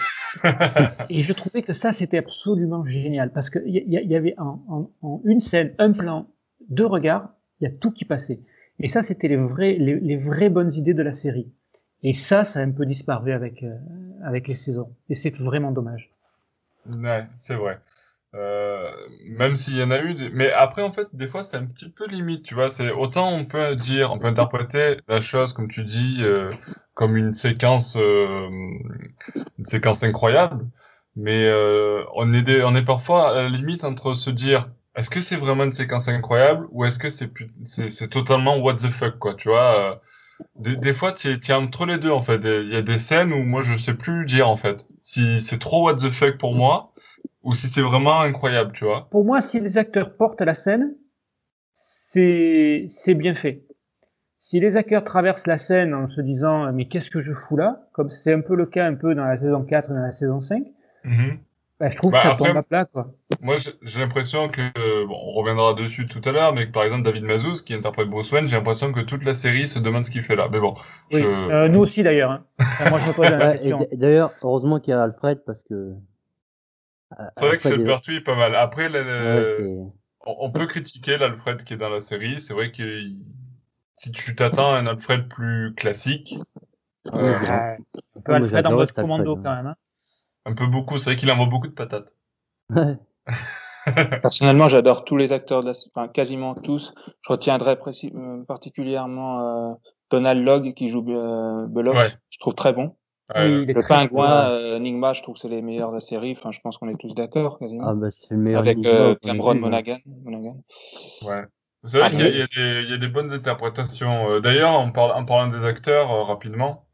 Et je trouvais que ça, c'était absolument génial, parce qu'il y, y, y avait en, en, en une scène, un plan, deux regards, il y a tout qui passait. Et ça, c'était les, vrais, les, les vraies bonnes idées de la série. Et ça, ça a un peu disparu avec, euh, avec les saisons. Et c'est vraiment dommage. Ouais, c'est vrai. Euh, même s'il y en a eu, des... mais après en fait des fois c'est un petit peu limite, tu vois. C'est autant on peut dire, on peut interpréter la chose comme tu dis, euh, comme une séquence, euh, une séquence incroyable, mais euh, on est des... on est parfois à la limite entre se dire, est-ce que c'est vraiment une séquence incroyable ou est-ce que c'est pu- c'est c'est totalement what the fuck quoi, tu vois. euh, Des, des fois, tu es entre les deux, en fait. Il y a des scènes où moi, je sais plus dire, en fait. Si c'est trop what the fuck pour moi, ou si c'est vraiment incroyable, tu vois. Pour moi, si les acteurs portent la scène, c'est c'est bien fait. Si les acteurs traversent la scène en se disant mais qu'est-ce que je fous là, comme c'est un peu le cas un peu dans la saison quatre et dans la saison cinq, Mhm. bah, je trouve Bah, que ça après, tombe à plat, quoi. moi, j'ai j'ai l'impression que, euh, bon, on reviendra dessus tout à l'heure, mais que par exemple, David Mazouz, qui interprète Bruce Wayne, j'ai l'impression que toute la série se demande ce qu'il fait là. Mais bon, Oui, je... euh, nous aussi d'ailleurs. Hein. Enfin, moi, je me pose la Ouais, et question. d- d'ailleurs, heureusement qu'il y a Alfred parce que euh, C'est vrai que Alfred Sean est... Pertwee est pas mal. Après, le- ouais, le- c'est on on peut critiquer l'Alfred qui est dans la série. C'est vrai que il- si tu t'attends à un Alfred plus classique, oui, euh, bon. Ah, un peu Ah, moi Alfred en j'adorais mode cet Alfred. commando Hein. quand même. Hein. un peu beaucoup, c'est vrai qu'il envoie beaucoup de patates. Ouais. Personnellement, j'adore tous les acteurs de la, enfin, quasiment tous. Je retiendrai précis, euh, particulièrement euh, Donald Logg qui joue euh, Belloc. Ouais. Je trouve très bon. Oui, Euh, il est Le très très Pingouin, bon. euh, Enigma, je trouve que c'est les meilleurs de la série. Enfin, je pense qu'on est tous d'accord quasiment. Ah bah c'est le meilleur Avec Enigma euh, qu'on ait Cameron vu. Hein. Monaghan. Monaghan. ouais. C'est vrai qu'il y a, il y Après, a des, il y a des bonnes interprétations. Euh, D'ailleurs, en, parle- en parlant des acteurs, euh, rapidement,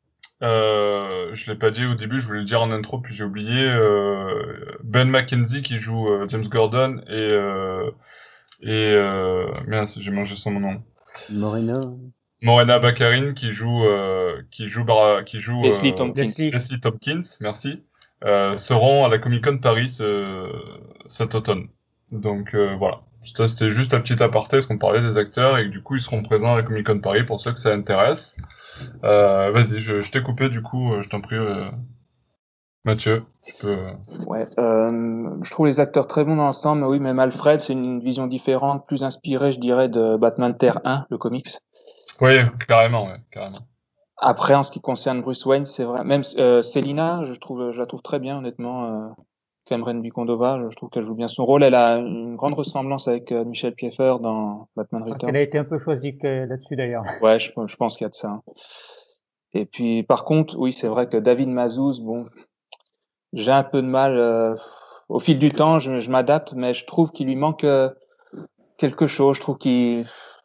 euh, je l'ai pas dit au début, je voulais le dire en intro, puis j'ai oublié. euh, Ben McKenzie qui joue euh, James Gordon et euh, et euh, mince, j'ai mangé son nom. Moreno. Morena Baccarin qui joue euh, qui joue Bar- qui joue Leslie euh, Tompkins. Leslie. Leslie Tompkins, merci, euh, seront à la Comic Con Paris ce- cet automne. Donc euh, voilà. Ça, c'était juste un petit aparté parce qu'on parlait des acteurs et que du coup ils seront présents à la Comic Con Paris pour ceux que ça intéresse. Euh, vas-y, je, je t'ai coupé du coup, euh, je t'en prie, euh, Mathieu, tu peux. euh, Ouais, euh, je trouve les acteurs très bons dans l'ensemble, mais oui, même Alfred, c'est une vision différente, plus inspirée, je dirais, de Batman Terre un, le comics. Oui, carrément, ouais, carrément. Après, en ce qui concerne Bruce Wayne, c'est vrai. Même euh, Selina, je trouve, je la trouve très bien, honnêtement. Euh, Cameron Bicondova, je trouve qu'elle joue bien son rôle. Elle a une grande ressemblance avec euh, Michelle Pfeiffer dans Batman Je crois Returns. qu'elle a été un peu choisie que- là-dessus d'ailleurs. Ouais, je, je pense qu'il y a de ça. Hein. Et puis, par contre, oui, c'est vrai que David Mazouz, bon, j'ai un peu de mal. Euh, au fil du temps, je, je m'adapte, mais je trouve qu'il lui manque euh, quelque chose. Je trouve qu'il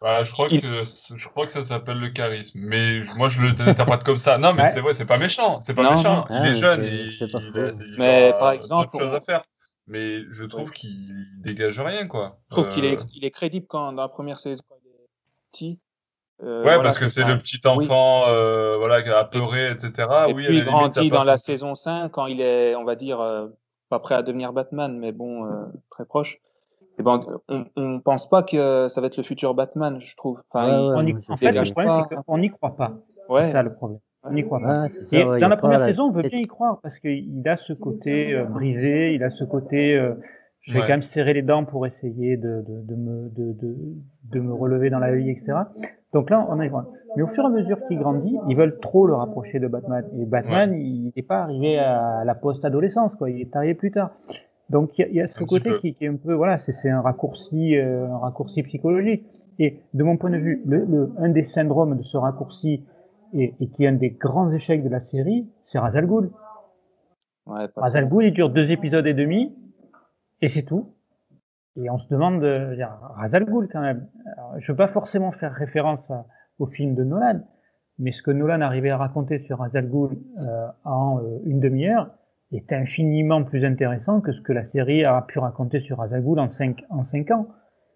Bah, je crois Il- que je crois que ça s'appelle le charisme, mais je- moi je le l'interprète comme ça. Non, mais Ouais. c'est vrai, c'est pas méchant, c'est pas Non, non. méchant. Il Ah, est mais jeune c'est et c'est pas il, a- faux. il Mais par aura exemple, d'autres choses à on- faire. Mais je oui. trouve qu'il dégage rien, quoi. Je trouve qu'il est, Euh, il est crédible quand dans la première saison, quand il est petit. Euh, Ouais, voilà, parce que c'est c'est le ça. petit Oui. enfant, euh, voilà, qui a Et, apeuré, et cetera. et Oui, à puis la il limite, ça grandit dans passe la un peu. saison cinq quand il est, on va dire, euh, pas prêt à devenir Batman, mais bon, euh, très proche. Et ben, on, on pense pas que ça va être le futur Batman, je trouve. Enfin, Ouais, il, ouais, On y- moi, je en il fait, sais. le dégage problème, c'est pas. qu'on n'y croit pas. C'est Ouais. ça le problème. On n'y croit pas. Ouais, c'est ça, Et ouais, y dans a la pas première la saison, on veut tête. bien y croire parce qu'il a ce côté euh, brisé, il a ce côté euh, je vais Ouais. quand même serrer les dents pour essayer de, de, de, me, de, de, de me relever dans la vie, et cetera. Donc là, on y croit. Mais au fur et à mesure qu'il grandit, ils veulent trop le rapprocher de Batman. Et Ouais. Batman, il n'est pas arrivé à la post-adolescence, quoi. Il est arrivé plus tard. Donc il y a, il y a ce Un petit côté peu. qui, qui est un peu, voilà, c'est c'est un raccourci, euh, un raccourci psychologique. Et de mon point de vue, le, le, un des syndromes de ce raccourci et, et qui est un des grands échecs de la série, c'est Ra's al Ghul. Ouais, pas Ra's très al bon. Ghul, il dure deux épisodes et demi et c'est tout. Et on se demande, euh, je veux dire, Ra's al Ghul quand même. Alors, je veux pas forcément faire référence à, au film de Nolan, mais ce que Nolan arrivait à raconter sur Ra's al Ghul euh, en euh, une demi-heure est infiniment plus intéressant que ce que la série a pu raconter sur Ra's al Ghul en cinq, en cinq ans.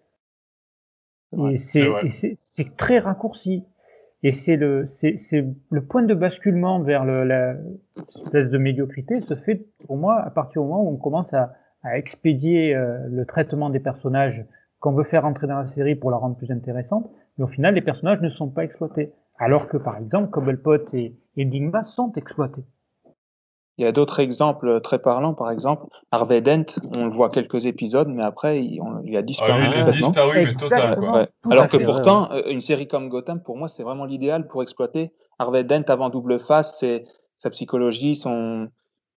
C'est vrai. Et C'est c'est, vrai. et c'est, c'est très raccourci. Et c'est le, c'est, c'est le point de basculement vers le, la espèce de médiocrité se fait pour moi à partir du moment où on commence à, à expédier euh, le traitement des personnages qu'on veut faire entrer dans la série pour la rendre plus intéressante, mais au final les personnages ne sont pas exploités. Alors que par exemple Cobblepot et Enigma sont exploités. Il y a d'autres exemples très parlants, par exemple, Harvey Dent, on le voit quelques épisodes, mais après, il, on- il a Ah disparu oui, il est Ah, complètement. disparu, mais total, Ouais, Exactement, quoi. ouais. tout Alors à que fait. c'est vrai, ouais. pourtant, euh, une série comme Gotham, pour moi, c'est vraiment l'idéal pour exploiter. Harvey Dent avant Double Face, c'est sa psychologie, son,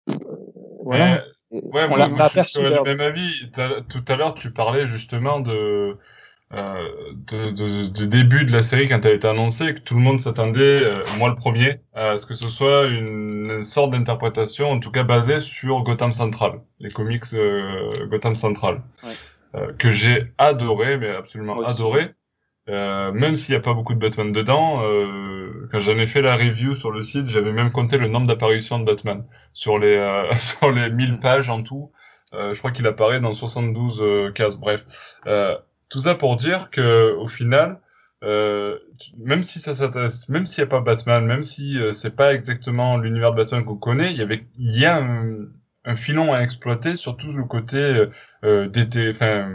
Mais voilà. Et ouais, on moi, l'a moi pas je, je aperçu serais du d'ailleurs. même avis. T'as- Tout à l'heure, tu parlais justement de, euh, de, de, de début de la série quand elle a été annoncée, que tout le monde s'attendait, euh, moi le premier, à ce que ce soit une sorte d'interprétation, en tout cas basée sur Gotham Central, les comics euh, Gotham Central, Ouais, euh, que j'ai adoré, mais absolument moi aussi. adoré. Euh, même s'il n'y a pas beaucoup de Batman dedans, euh, quand j'en ai fait la review sur le site, j'avais même compté le nombre d'apparitions de Batman sur les euh, sur les mille pages en tout. Euh, je crois qu'il apparaît dans soixante-douze euh, cases. Bref, euh, tout ça pour dire que au final, euh, tu- même si ça s'intéresse, même s'il n'y a pas Batman, même si euh, c'est pas exactement l'univers de Batman qu'on connaît, il y avait il y a un, un filon à exploiter, surtout le côté euh, euh, d'été, enfin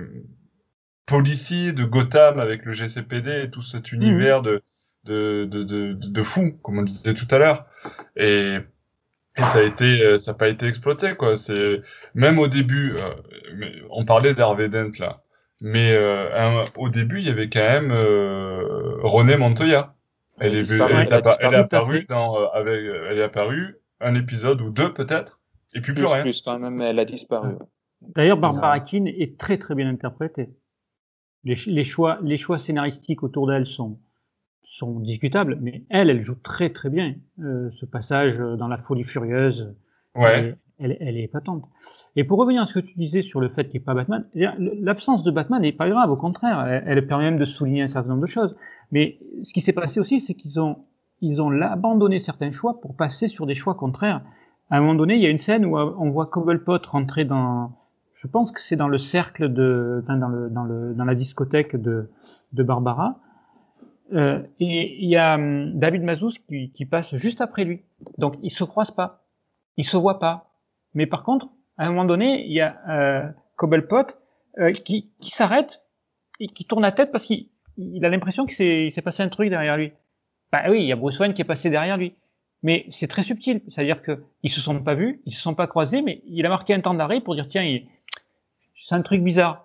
policier de Gotham avec le G C P D et tout cet Mhm. univers de de de de, de fou, comme on le disait tout à l'heure. Et, et ça a été, euh, ça n'a pas été exploité, quoi. C'est même au début, euh, mais on parlait d'Harvey Dent là, mais euh, un- au début il y avait quand même euh, Renée Montoya. Elle Elle a est, vue- elle disparu. Ouais, est, Elle a appa- elle est disparu. tout à apparue fait. dans euh, avec, euh, elle est apparue un épisode ou deux peut-être, et puis plus Plus, rien. plus quand même, elle a disparu. D'ailleurs, C'est Barbara ça. Keane est très très bien interprétée. Les, ch- les choix, les choix scénaristiques autour d'elle sont, sont discutables, mais elle, elle joue très très bien. Euh, ce passage euh, dans la folie furieuse, elle Ouais, est, elle, elle est épatante. Et pour revenir à ce que tu disais sur le fait qu'il n'y ait pas Batman, c'est-à-dire, le- l'absence de Batman n'est pas grave, au contraire, elle, elle permet même de souligner un certain nombre de choses. Mais ce qui s'est passé aussi, c'est qu'ils ont, ils ont la- abandonné certains choix pour passer sur des choix contraires. À un moment donné, il y a une scène où euh, on voit Cobblepot rentrer dans, je pense que c'est dans le cercle de, enfin, dans le, dans le, dans la discothèque de, de Barbara. Euh, et il y a hum, David Mazouz qui, qui passe juste après lui. Donc ils se croisent pas, ils se voient pas. Mais par contre, à un moment donné, il y a euh, Cobblepot euh, qui, qui s'arrête et qui tourne la tête parce qu'il il a l'impression qu'il s'est, il s'est passé un truc derrière lui. Bah oui, il y a Bruce Wayne qui est passé derrière lui. Mais c'est très subtil, c'est-à-dire que ils se sont pas vus, ils se sont pas croisés, mais il a marqué un temps d'arrêt pour dire tiens, il, c'est un truc bizarre.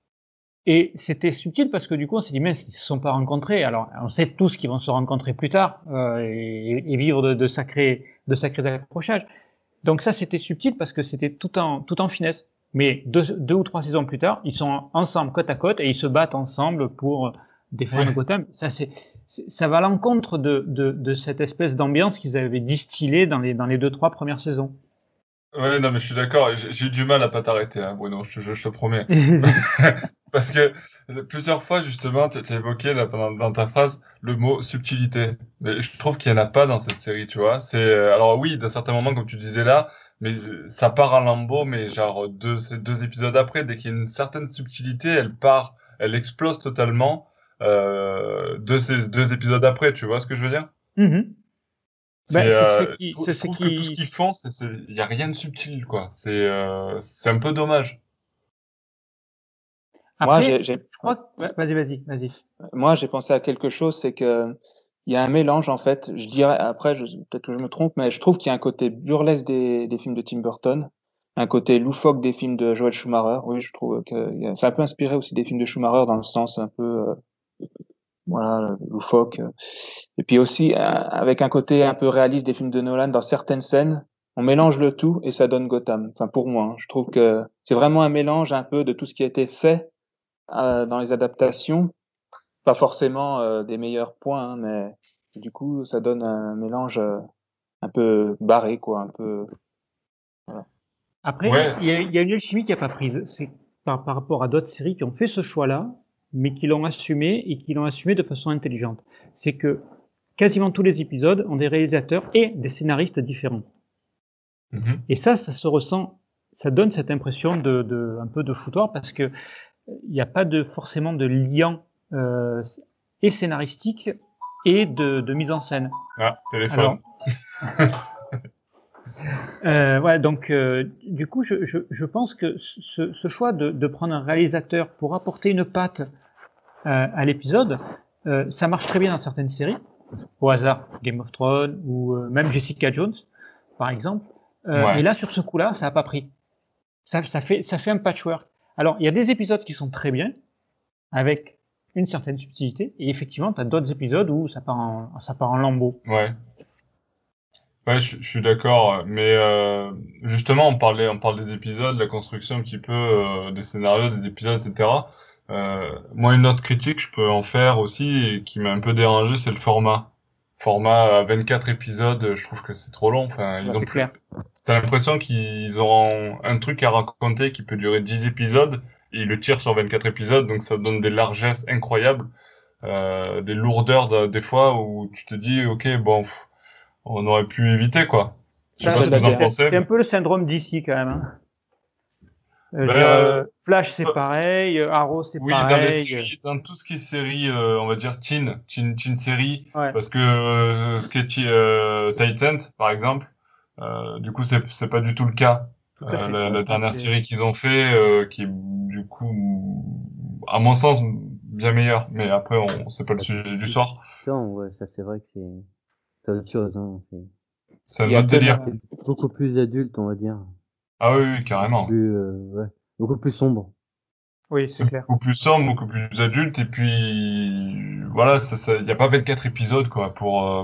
Et c'était subtil parce que du coup on s'est dit mince, ils se sont pas rencontrés. Alors on sait tous qu'ils vont se rencontrer plus tard euh, et, et vivre de, de sacrés de sacrés accrochages. Donc ça c'était subtil parce que c'était tout en tout en finesse. Mais deux, deux ou trois saisons plus tard, ils sont ensemble côte à côte et ils se battent ensemble pour défendre ouais. Gotham. Ça c'est c'est- ça va à l'encontre de, de, de cette espèce d'ambiance qu'ils avaient distillée dans les dans les deux trois premières saisons. Ouais, non, mais je suis d'accord. J'ai j'ai eu du mal à pas t'arrêter, hein, Bruno. Je, je, je te promets. Parce que euh, plusieurs fois, justement, tu as évoqué là, pendant, dans ta phrase le mot subtilité. Mais je trouve qu'il n'y en a pas dans cette série, tu vois. C'est, euh, alors oui, d'un certain moment, comme tu disais là, mais euh, ça part en lambeaux, mais genre deux, ces deux épisodes après, dès qu'il y a une certaine subtilité, elle part, elle explose totalement euh, de ces deux épisodes après, tu vois ce que je veux dire? Mhm. C'est, Ben, c'est ce euh, je qui, trouve, c'est je ce trouve que tout ce qui, qu'ils font, c'est, c'est, il y a rien de subtil, quoi. C'est, euh, c'est un peu dommage. Moi, après, j'ai, j'ai, je crois que, ouais, vas-y, vas-y, vas-y. moi, j'ai pensé à quelque chose, c'est que il y a un mélange en fait. Je dirais après, je, peut-être que je me trompe, mais je trouve qu'il y a un côté burlesque des, des films de Tim Burton, un côté loufoque des films de Joel Schumacher. Oui, je trouve que il y a- c'est un peu inspiré aussi des films de Schumacher dans le sens un peu euh, voilà loufoque. Et puis aussi euh, avec un côté un peu réaliste des films de Nolan dans certaines scènes. On mélange le tout et ça donne Gotham. Enfin pour moi, hein. Je trouve que c'est vraiment un mélange un peu de tout ce qui a été fait euh, dans les adaptations, pas forcément euh, des meilleurs points, hein, mais du coup, ça donne un mélange euh, un peu barré, quoi, un peu. Voilà. Après, Ouais, il y a, il y a une alchimie qui n'a pas prise. C'est par, par rapport à d'autres séries qui ont fait ce choix-là, mais qui l'ont assumé et qui l'ont assumé de façon intelligente. C'est que quasiment tous les épisodes ont des réalisateurs et des scénaristes différents. mhm. Et ça, ça se ressent, ça donne cette impression de, de un peu de foutoir parce que il n'y a pas de forcément de lien euh, et scénaristique et de, de mise en scène. Ah, Alors, téléphone. Euh, ouais, donc euh, du coup, je, je, je pense que ce, ce choix de, de prendre un réalisateur pour apporter une patte euh, à l'épisode, euh, ça marche très bien dans certaines séries, au hasard, Game of Thrones ou euh, même Jessica Jones, par exemple. Euh, mais Ouais. là, sur ce coup-là, ça n'a pas pris. Ça, ça fait, ça fait un patchwork. Alors, il y a des épisodes qui sont très bien, avec une certaine subtilité, et effectivement, tu as d'autres épisodes où ça part en, ça part en lambeaux. Ouais. Ouais, je, je suis d'accord. Mais euh, justement, on parlait, on parle des épisodes, la construction un petit peu euh, des scénarios, des épisodes, et cetera. Euh, moi, une autre critique, je peux en faire aussi, et qui m'a un peu dérangé, c'est le format. Format à vingt-quatre épisodes, je trouve que c'est trop long. Enfin, Là, ils ont c'est plus. clair. T'as l'impression qu'ils auront un truc à raconter qui peut durer dix épisodes, et ils le tirent sur vingt-quatre épisodes, donc ça donne des largesses incroyables. Euh, des lourdeurs de- des fois où tu te dis ok bon pff, on aurait pu éviter quoi. Je sais Ça, pas ce que vous en C'est-à-dire, c'est pensez. c'est un Mais... peu le syndrome d'ici quand même. Hein. Euh, je veux Ben, dire, euh, euh, Flash c'est euh, pareil, euh, Arrow c'est oui dans les pareil. euh, séries, dans tout ce qui est série, euh, on va dire teen, teen, teen série, ouais, parce que euh, ce qui est euh, Titans par exemple, euh, du coup c'est c'est pas du tout le cas. tout à Euh, fait. la, la Ça, dernière c'est- série qu'ils ont fait, euh, qui est du coup à mon sens bien meilleure, mais après on c'est pas le Bah, sujet du tout soir. le temps, ouais, ça c'est vrai que c'est c'est autre chose, hein. C'est C'est il un y a autre que délire. la, c'est beaucoup plus adulte, on va dire. Ah oui, oui, Beaucoup carrément. plus, euh, ouais, beaucoup plus sombre. Oui, c'est C'est clair. beaucoup plus sombre, beaucoup plus adulte, et puis voilà, ça, ça, y a pas vingt-quatre épisodes quoi pour, euh,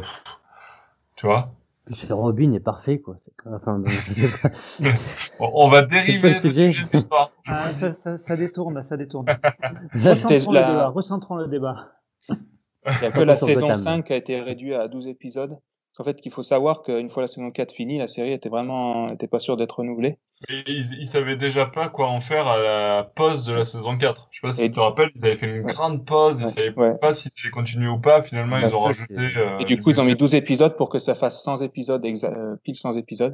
tu vois. Puis chez Robin est parfait, quoi. C'est quoi- Enfin, bon, je sais pas. On, on va C'est pas le dériver du sujet. sujet du soir, je vous Ah, le dis. ça, ça, ça détourne, ça détourne. c'est Recentrons le débat, la, recentrons le débat. il y a que Partons la sur saison Gotham. cinq qui a été réduite à douze épisodes. Parce qu'en fait, il faut savoir qu'une fois la saison quatre finie, la série était vraiment, était pas sûre d'être renouvelée. Mais ils, ils savaient déjà pas quoi en faire à la pause de la saison quatre. Je sais pas si tu Et, te rappelles, ils avaient fait une ouais, grande pause, ils ouais, savaient ouais. pas s'ils allaient continuer ou pas. Finalement, Bah, ils ont ça, rajouté c'est, Et euh, du du coup, ils ont mis budget. douze épisodes pour que ça fasse cent épisodes, exa- euh, pile cent épisodes.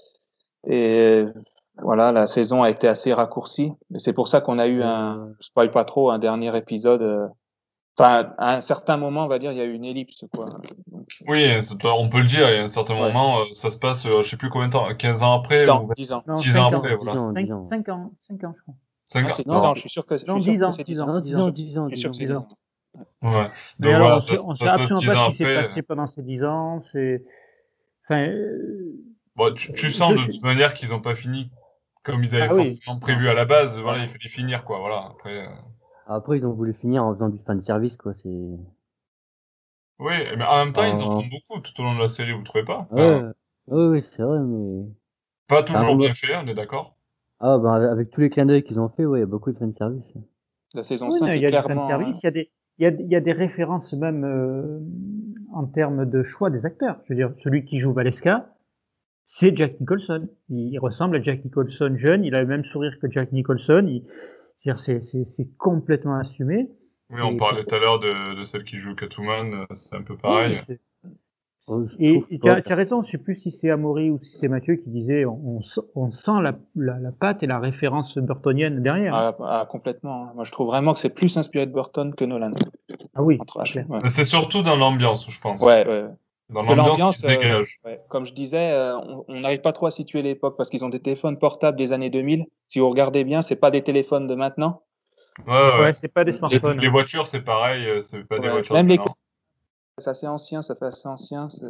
Et voilà, la saison a été assez raccourcie. Et c'est pour ça qu'on a eu un, euh, je spoil pas trop, un dernier épisode. euh, Enfin, à un certain moment, on va dire, il y a eu une ellipse, quoi. Donc, Oui, c'est- on peut le dire, il y a un certain ouais, moment, euh, ça se passe, euh, je sais plus combien de temps, quinze ans après dix ans, ou dix ans. Non, dix ans cinq dix ans. après, ans, dix voilà. ans, cinq dix ans. cinq ans, cinq ans, je crois. cinq Non, ans. c'est dix Non, ans. Non, Je suis sûr que, je Non, suis sûr dix que ans, c'est dix dix ans. ans, non, Je dix suis ans, sûr que, dix ans, je suis dix sûr que ans. c'est dix dix ans. ans. ouais. Mais Donc alors, voilà, on ça, sait, on ça sait se passe absolument dix pas ans ce qui s'est après. passé pendant ces dix ans. C'est, enfin, euh, Bon, tu, tu je sens de toute suis. manière qu'ils ont pas fini comme ils avaient Ah oui, forcément Non, prévu à la base. Voilà, non. il fallait finir, quoi. Voilà. Après, euh, Après, ils ont voulu finir en faisant du fan service, quoi. C'est, oui, mais en même temps, ils en font en, beaucoup tout au long de la série, vous trouvez pas? ouais, Enfin, ouais, ouais, c'est vrai, mais, pas enfin, toujours moi- bien fait, on est d'accord. ah, bah, avec avec tous les clins d'œil qu'ils ont fait, ouais, il y a beaucoup de fan service. La saison oui, non, cinq il est y a du fan clairement, service, euh, il y a des, il y a, il y a des références même euh, en termes de choix des acteurs. Je veux dire, celui qui joue Valeska, c'est Jack Nicholson. Il, il ressemble à Jack Nicholson jeune. Il a le même sourire que Jack Nicholson. Il, C'est-à-dire, c'est, c'est, c'est complètement assumé. Oui, on Et parlait pour- tout à l'heure de, de celle qui joue Catwoman, euh, c'est un peu Oui, pareil. c'est- Oh, je Et trouve et tu pas. as, tu as raison, je sais plus si c'est Amaury ou si c'est Mathieu qui disait on, on, sent- on sent la, la, la patte et la référence burtonienne derrière. Ah, ah, complètement. hein. Moi, je trouve vraiment que c'est plus inspiré de Burton que Nolan. Ah oui, Entre c'est H. clair. Ouais, Mais c'est surtout dans l'ambiance, je pense. ouais. ouais. Dans Que l'ambiance qui se l'ambiance, euh, dégage. ouais, comme je disais, euh, on on n'arrive pas trop à situer l'époque parce qu'ils ont des téléphones portables des années deux mille. Si vous regardez bien, c'est pas des téléphones de maintenant. Ouais, ouais. Ouais, c'est pas des Les, Les, smartphones. les hein. voitures, c'est pareil, euh, c'est pas des ouais, voitures de même les maintenant. c'est assez ancien, ça fait assez ancien. c'est-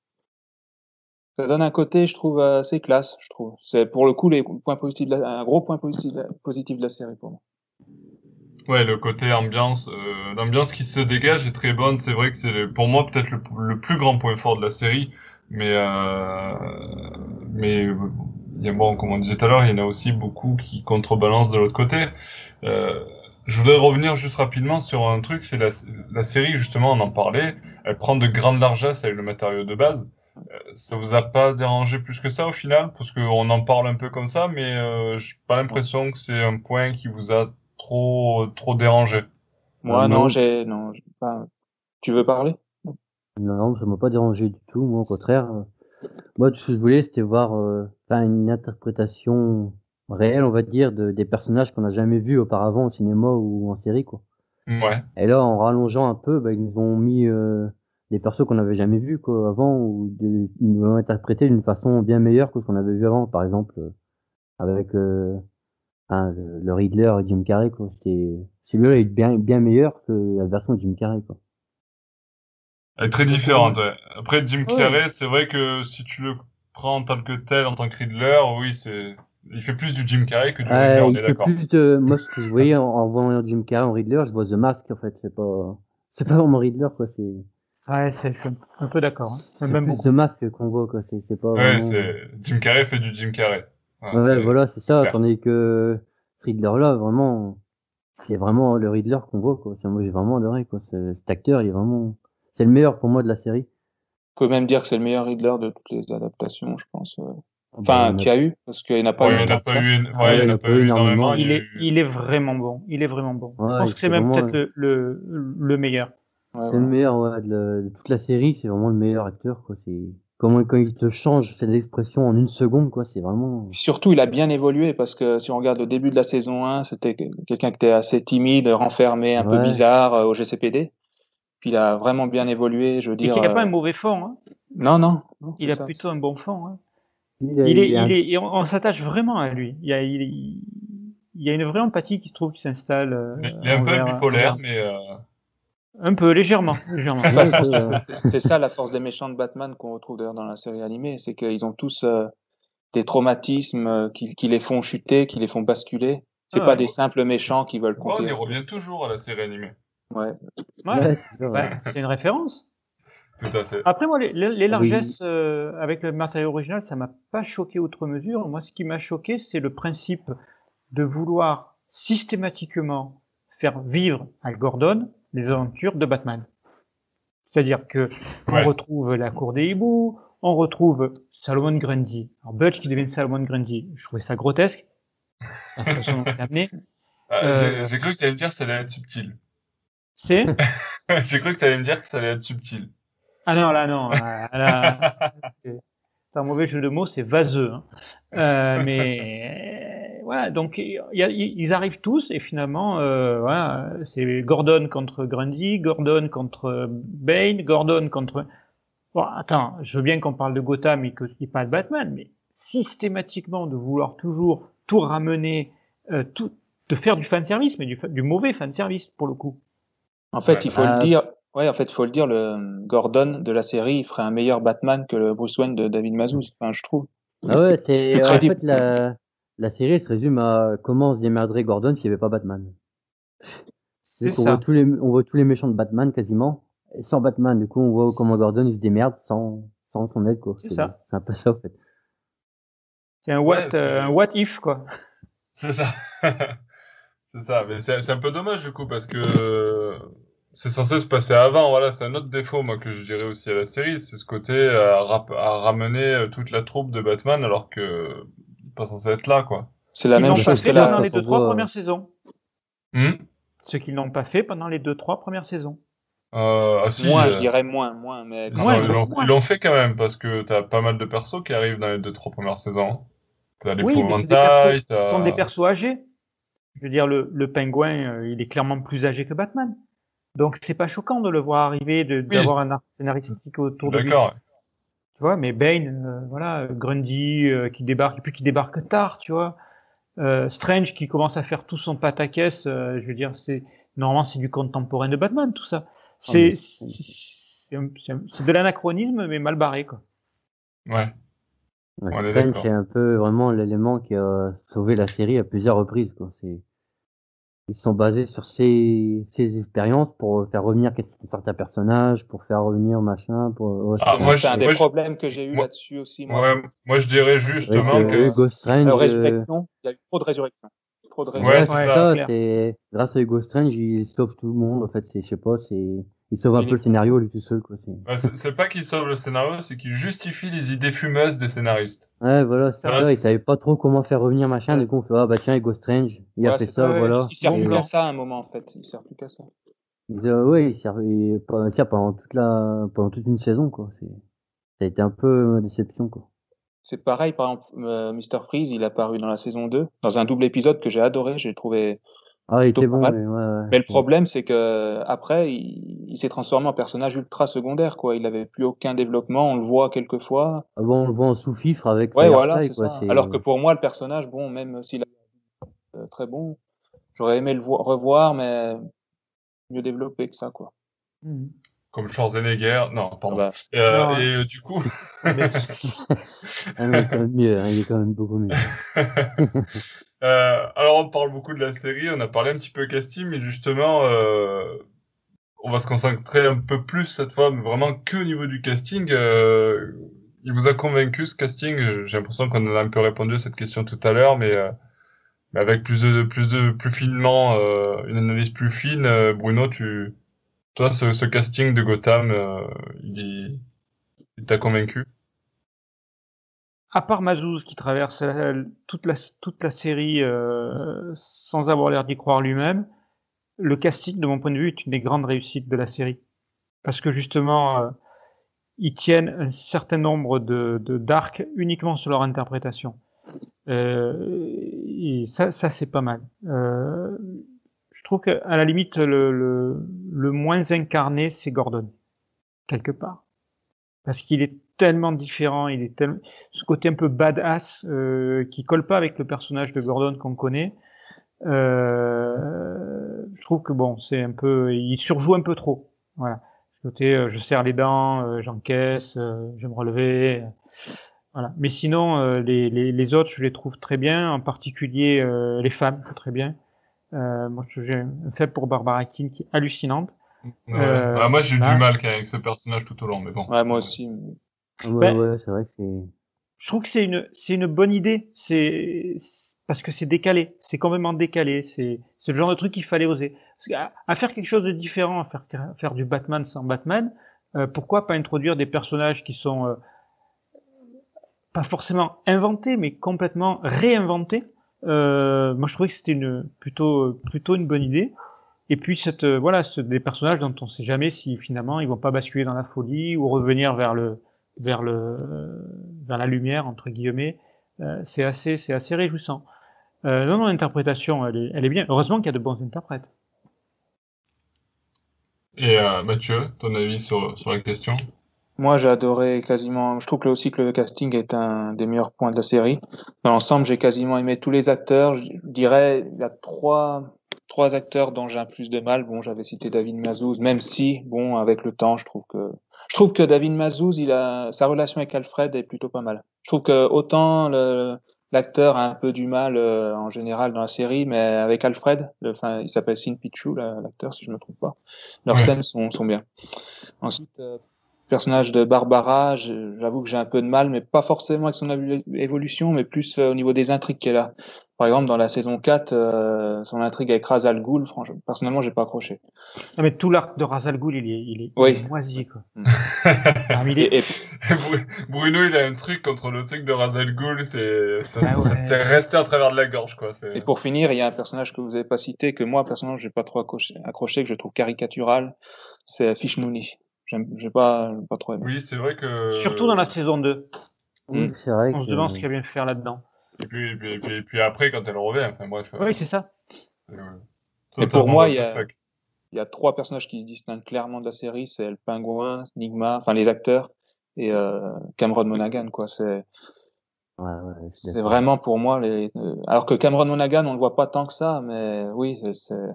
Ça donne un côté, je trouve, assez classe, je trouve. C'est pour le coup les points positifs, de la- un gros point positif, de la- positif de la série pour moi. Ouais, le côté ambiance, euh, l'ambiance qui se dégage est très bonne. C'est vrai que c'est le- pour moi peut-être le, le plus grand point fort de la série, mais euh, mais euh, il y a bon, comme on disait tout à l'heure, il y en a aussi beaucoup qui contrebalancent de l'autre côté. Euh, je voudrais revenir juste rapidement sur un truc, c'est la, la série justement, on en parlait, elle prend de grandes largesses avec le matériau de base. Euh, Ça vous a pas dérangé plus que ça au final? Parce qu'on en parle un peu comme ça, mais euh, j'ai pas l'impression que c'est un point qui vous a trop trop dérangé. Euh, Moi, non, moi, j'ai, non, j'ai pas. Tu veux parler? non, ça m'a pas dérangé du tout. Moi, au contraire. euh, Moi, tout ce que je voulais, c'était voir euh, enfin, une interprétation réelle, on va dire, de, des personnages qu'on n'a jamais vus auparavant au cinéma ou en série, quoi. Ouais. Et là, en rallongeant un peu, bah, ils nous ont mis euh, des persos qu'on n'avait jamais vus, quoi, avant, ou des- ils nous l'ont interprété d'une façon bien meilleure que ce qu'on avait vu avant. Par exemple, euh, avec euh, hein, le, le Riddler et Jim Carrey, quoi. C'était, celui-là est bien, bien meilleur que la version de Jim Carrey, quoi. Elle est très Donc, pour différente, moi, ouais. Après, Jim ouais. Carrey, c'est vrai que si tu le prends en tant que tel, en tant que Riddler, oui, c'est, il fait plus du Jim Carrey que du Riddler, Euh, on il est fait d'accord. plus de, moi, ce que je voyais en, en voyant Jim Carrey en Riddler, je vois The Mask, en fait. C'est pas, c'est pas vraiment Riddler, quoi. C'est, Ouais, c'est, je suis un peu d'accord. Hein. c'est Même plus The beaucoup. Mask qu'on voit, quoi. C'est, c'est pas Ouais, vraiment, c'est, Jim Carrey fait du Jim Carrey. Ouais, ouais, c'est, voilà, c'est c'est ça. clair. Tandis que ce Riddler-là, vraiment, c'est vraiment le Riddler qu'on voit, quoi. C'est- Moi, j'ai vraiment adoré, quoi. Ce- Cet acteur, il est vraiment, c'est le meilleur pour moi de la série. On peut même dire que c'est le meilleur Riddler de toutes les adaptations, je pense. euh. Ah, bah, il y Enfin, en a, qu'il y a eu, parce qu'il n'y en a pas Bon, eu il y en tant a que pas ça. eu, une- ah ouais, il y ouais, en il y en a a pas pas eu eu énormément. énormément, il y a Il est, eu, il est vraiment bon. Il est vraiment bon. Je pense Ouais, que c'est c'est même vraiment, peut-être le, le, le meilleur. Ouais, c'est le voilà. meilleur, ouais, de, la- de toute la série. C'est vraiment le meilleur acteur, quoi. C'est, comment, quand il te change cette expression en une seconde, quoi. C'est vraiment, Puis surtout, il a bien évolué parce que si on regarde le début de la saison un, c'était quelqu'un qui était assez timide, renfermé, un peu ouais. bizarre euh, au G C P D. Puis il a vraiment bien évolué, je veux Et dire. qui n'a pas un euh, mauvais fond. Hein. Non, non, non, Il c'est a ça. plutôt un bon fond. Hein. Il est, Il est, il est il un- est, et on, on s'attache vraiment à lui. Il y a, il, il y a une vraie empathie qui se trouve qui s'installe euh, il est il est un peu envers, bipolaire, envers. mais euh, Un peu, légèrement, De légèrement. toute ouais, un façon, peu, c'est ouais. c'est- c'est ça la force des méchants de Batman qu'on retrouve d'ailleurs dans la série animée, c'est qu'ils ont tous euh, des traumatismes euh, qui, qui les font chuter, qui les font basculer. C'est Ah pas ouais, des simples méchants qui veulent ouais, on y conquérir. revient toujours à la série animée. Ouais. ouais. Ouais, c'est ça, ouais. Ouais, c'est une référence. Tout à fait. Après, moi, les, les- les Ah, mais il- largesses euh, avec le matériau original, ça m'a pas choqué outre mesure. Moi, ce qui m'a choqué, c'est le principe de vouloir systématiquement faire vivre à Gordon les aventures de Batman. C'est-à-dire que on Ouais. retrouve la cour des hiboux, on retrouve Salomon Grundy. Alors Butch qui devient Salomon Grundy, je trouvais ça grotesque, la façon dont c'est amené. Ah, j'ai Euh, j'ai cru que tu allais me dire que ça allait être subtil. c'est J'ai cru que tu allais me dire que ça allait être subtil. ah non là non, là, là, c'est c'est un mauvais jeu de mots, c'est vaseux. Hein. Euh, mais euh, voilà, donc il y a- ils arrivent tous et finalement euh, voilà, c'est Gordon contre Grundy, Gordon contre Bane, Gordon contre. Bon, attends, je veux bien qu'on parle de Gotham et qu'il n'y ait pas de Batman, mais systématiquement de vouloir toujours tout ramener, euh, tout, de faire du fanservice, mais du, fa- du mauvais fanservice pour le coup. En fait, Ouais. il faut le ah, dire. Ouais, en fait, il faut le dire. Le Gordon de la série, il ferait un meilleur Batman que le Bruce Wayne de David Mazouz. Enfin, je trouve ah ouais, plus c'est, en crédible. fait, la, la série se résume à comment se démerderait Gordon s'il n'y avait pas Batman. C'est C'est qu'on voit ça, tous les, on voit tous les méchants de Batman quasiment. Et sans Batman, du coup, on voit comment Gordon il se démerde sans, sans son aide, quoi. c'est C'est, ça. c'est un peu ça, en fait. C'est un Ouais, what, euh, un c'est what if, quoi. c'est ça. C'est ça, mais c'est c'est un peu dommage du coup parce que euh, c'est censé se passer avant, voilà, c'est un autre défaut moi que je dirais aussi à la série, c'est ce côté à, rap- à ramener euh, toute la troupe de Batman alors que il est pas censé être là quoi. C'est la Ils même l'ont Bah, pas c'est chose que fait bizarre pendant la. quand les on deux, trois voit, premières saisons. Hmm. Ce qu'ils n'ont pas fait pendant les deux, trois premières saisons. Euh, ah si, Moins, euh, je dirais moins, moins, mais ils quand Moins, ont- même. ils l'ont beaucoup moins. ils l'ont fait quand même, parce que t'as pas mal de persos qui arrivent dans les deux, trois premières saisons. T'as Oui, mais c'est des persos, l'épouvantail, ce sont des t'as... persos âgés. Je veux dire, le, le pingouin, euh, il est clairement plus âgé que Batman. Donc, c'est pas choquant de le voir arriver, de, Oui, d'avoir un arc scénaristique je suis autour de lui. d'accord. Tu vois, mais Bane, euh, voilà, euh, Grundy, euh, qui débarque, et puis qui débarque tard, tu vois. Euh, Strange qui commence à faire tout son pataquès, euh, je veux dire, c'est, normalement, c'est du contemporain de Batman, tout ça. Ah, mais C'est, c'est, c'est un- c'est un- c'est de l'anachronisme, mais mal barré, quoi. Ouais, ouais, on est Strange, c'est d'accord. un peu vraiment l'élément qui a sauvé la série à plusieurs reprises, quoi. C'est, ils sont basés sur ces, ces expériences pour faire revenir quel- certains personnages, pour faire revenir machin, pour, ouais, Ah, C'est c'était un, moi, un c'est je, un peu, des moi, je, problèmes que j'ai eu moi, là-dessus aussi, moi, ouais, pour moi, je dirais avec justement euh, que... Hugo euh, Strange, euh, Résurrection. Il y a eu trop de résurrections. Trop de Ouais, ouais, résurrections. c'est c'est Ouais, ça. c'est ça, clair. c'est, grâce à Hugo Strange, il sauve tout le monde, en fait, c'est, je sais pas, c'est, il sauve un Il peu est le scénario lui tout seul, quoi, c'est. Ouais, c'est c'est pas qu'il sauve le scénario, c'est qu'il justifie les idées fumeuses des scénaristes. Ouais, voilà, C'est c'est Ça, ça. ça, c'est- ils savaient pas trop comment faire revenir machin, Ouais, du coup, on fait, ah bah tiens, Hugo Strange, il a ouais, fait c'est ça, ça. Ouais, ouais. voilà. Il sert Mont plus qu'à Et, Blanc. ça à un moment, en fait. Il sert plus qu'à ça. ils disaient, ouais, il servait pas, tiens, pendant toute la, pendant toute une saison, quoi, c'est, ça a été un peu ma déception, quoi. C'est pareil, par exemple, euh, Mister Freeze, il est apparu dans la saison deux, dans un double épisode que j'ai adoré, j'ai trouvé Ah, il plutôt était pas bon, mal. mais ouais, ouais, Mais le c'est- problème, c'est que après, il, il s'est transformé en personnage ultra secondaire, quoi. Il avait plus aucun développement, on le voit quelques fois. ah bon, on le voit en sous-fifre avec Ouais, voilà, Firefly, c'est quoi, ça. c'est, Alors que pour moi, le personnage, bon, même s'il est euh, très bon, j'aurais aimé le vo- revoir, mais mieux développé que ça, quoi. Mhm. comme Schwarzenegger. Non, Ah pardon. bah, Et, euh, Non, et euh, du coup... mais ah non, il est quand même mieux, hein, il est quand même beaucoup mieux. Euh, alors, on parle beaucoup de la série, on a parlé un petit peu casting, mais justement, euh, on va se concentrer un peu plus cette fois, mais vraiment que au niveau du casting. Euh, il vous a convaincu ce casting? J'ai l'impression qu'on en a un peu répondu à cette question tout à l'heure, mais, euh, mais avec plus de, plus de, plus finement, euh, une analyse plus fine. euh, Bruno, tu, toi, ce, ce casting de Gotham, euh, il, il t'a convaincu? à part Mazouz qui traverse la- toute la, toute la série euh, sans avoir l'air d'y croire lui-même, le casting, de mon point de vue, est une des grandes réussites de la série. Parce que justement, euh, ils tiennent un certain nombre de, de d'arcs uniquement sur leur interprétation. Euh, et ça, ça c'est pas mal. Euh, je trouve qu'à la limite, le, le, le moins incarné, c'est Gordon, quelque part. Parce qu'il est tellement différent, il est tellement... ce côté un peu badass euh, qui colle pas avec le personnage de Gordon qu'on connaît. Euh, je trouve que bon, c'est un peu, il surjoue un peu trop. Voilà. Ce côté, euh, je serre les dents, euh, j'encaisse, euh, je vais me relever. euh, voilà. Mais sinon, euh, les, les, les autres, je les trouve très bien, en particulier euh, les femmes, je trouve très bien. Euh, moi, j'ai un faible pour Barbara Keane qui est hallucinante. Ouais. Euh, Bah, moi, j'ai eu du là, mal quand même avec ce personnage tout au long, mais bon. ouais, moi Ouais. aussi. Ah, ouais, ben, ouais, c'est vrai que c'est, je trouve que c'est une, c'est une bonne idée. C'est parce que c'est décalé, c'est complètement décalé. C'est, c'est le genre de truc qu'il fallait oser. Parce qu'à- à faire quelque chose de différent, à faire, à faire du Batman sans Batman, euh, pourquoi pas introduire des personnages qui sont euh, pas forcément inventés, mais complètement réinventés. Euh, moi, je trouvais que c'était une plutôt plutôt une bonne idée. Et puis cette euh, voilà, ce, des personnages dont on sait jamais si finalement ils vont pas basculer dans la folie ou revenir vers le vers le euh, vers la lumière entre guillemets. Euh, c'est assez c'est assez réjouissant. Euh, non non, l'interprétation elle est elle est bien. Heureusement qu'il y a de bons interprètes. Et euh, Mathieu, ton avis sur, sur la question? Moi, j'ai adoré quasiment. Je trouve que aussi que le casting est un des meilleurs points de la série. Dans l'ensemble, j'ai quasiment aimé tous les acteurs. Je dirais, il y a trois, trois acteurs dont j'ai un plus de mal. Bon, j'avais cité David Mazouz, même si, bon, avec le temps, je trouve que, je trouve que David Mazouz, il a, sa relation avec Alfred est plutôt pas mal. Je trouve que autant le, l'acteur a un peu du mal, euh, en général dans la série, mais avec Alfred, le, enfin, il s'appelle Sin Pichu, la- l'acteur, si je me trompe pas. Leurs Ouais. scènes sont, sont bien. Ensuite, euh, personnage de Barbara, je- j'avoue que j'ai un peu de mal, mais pas forcément avec son évo- évolution, mais plus euh, au niveau des intrigues qu'elle a. Par exemple, dans la saison quatre, euh, son intrigue avec Ra's al Ghul, franchement, personnellement, j'ai pas accroché. Non, mais tout l'arc de Ra's al Ghul, il est, il est, il Oui. est moisi, quoi. Mm. Ah, mais il est- Et, et Bru- Bruno, il a un truc contre le truc de Ra's al Ghul, c'est ça, Ah ouais. ça t'est resté à travers de la gorge, quoi. C'est... Et pour finir, il y a un personnage que vous avez pas cité, que moi, personnellement, j'ai pas trop accroché, accroché, que je trouve caricatural, c'est Fish Mooney. J'aime, j'ai pas, j'ai pas trop aimé. Oui, c'est vrai que... Surtout dans la saison deux. Oui, Mm. c'est vrai On que. se demande ce qu'il y a bien faire là-dedans. Et puis, et puis, et puis, et puis après, quand elle revient, enfin bref... euh, Oui, c'est ça. c'est, euh, Et pour totalement moi, what il y the a, fuck. il y a trois personnages qui se distinguent clairement de la série, c'est le pingouin, Nigma, enfin les acteurs, et euh, Cameron Monaghan, quoi. C'est, Ouais, ouais, je suis c'est d'accord. vraiment pour moi les. euh, alors que Cameron Monaghan, on le voit pas tant que ça, mais oui, c'est, c'est,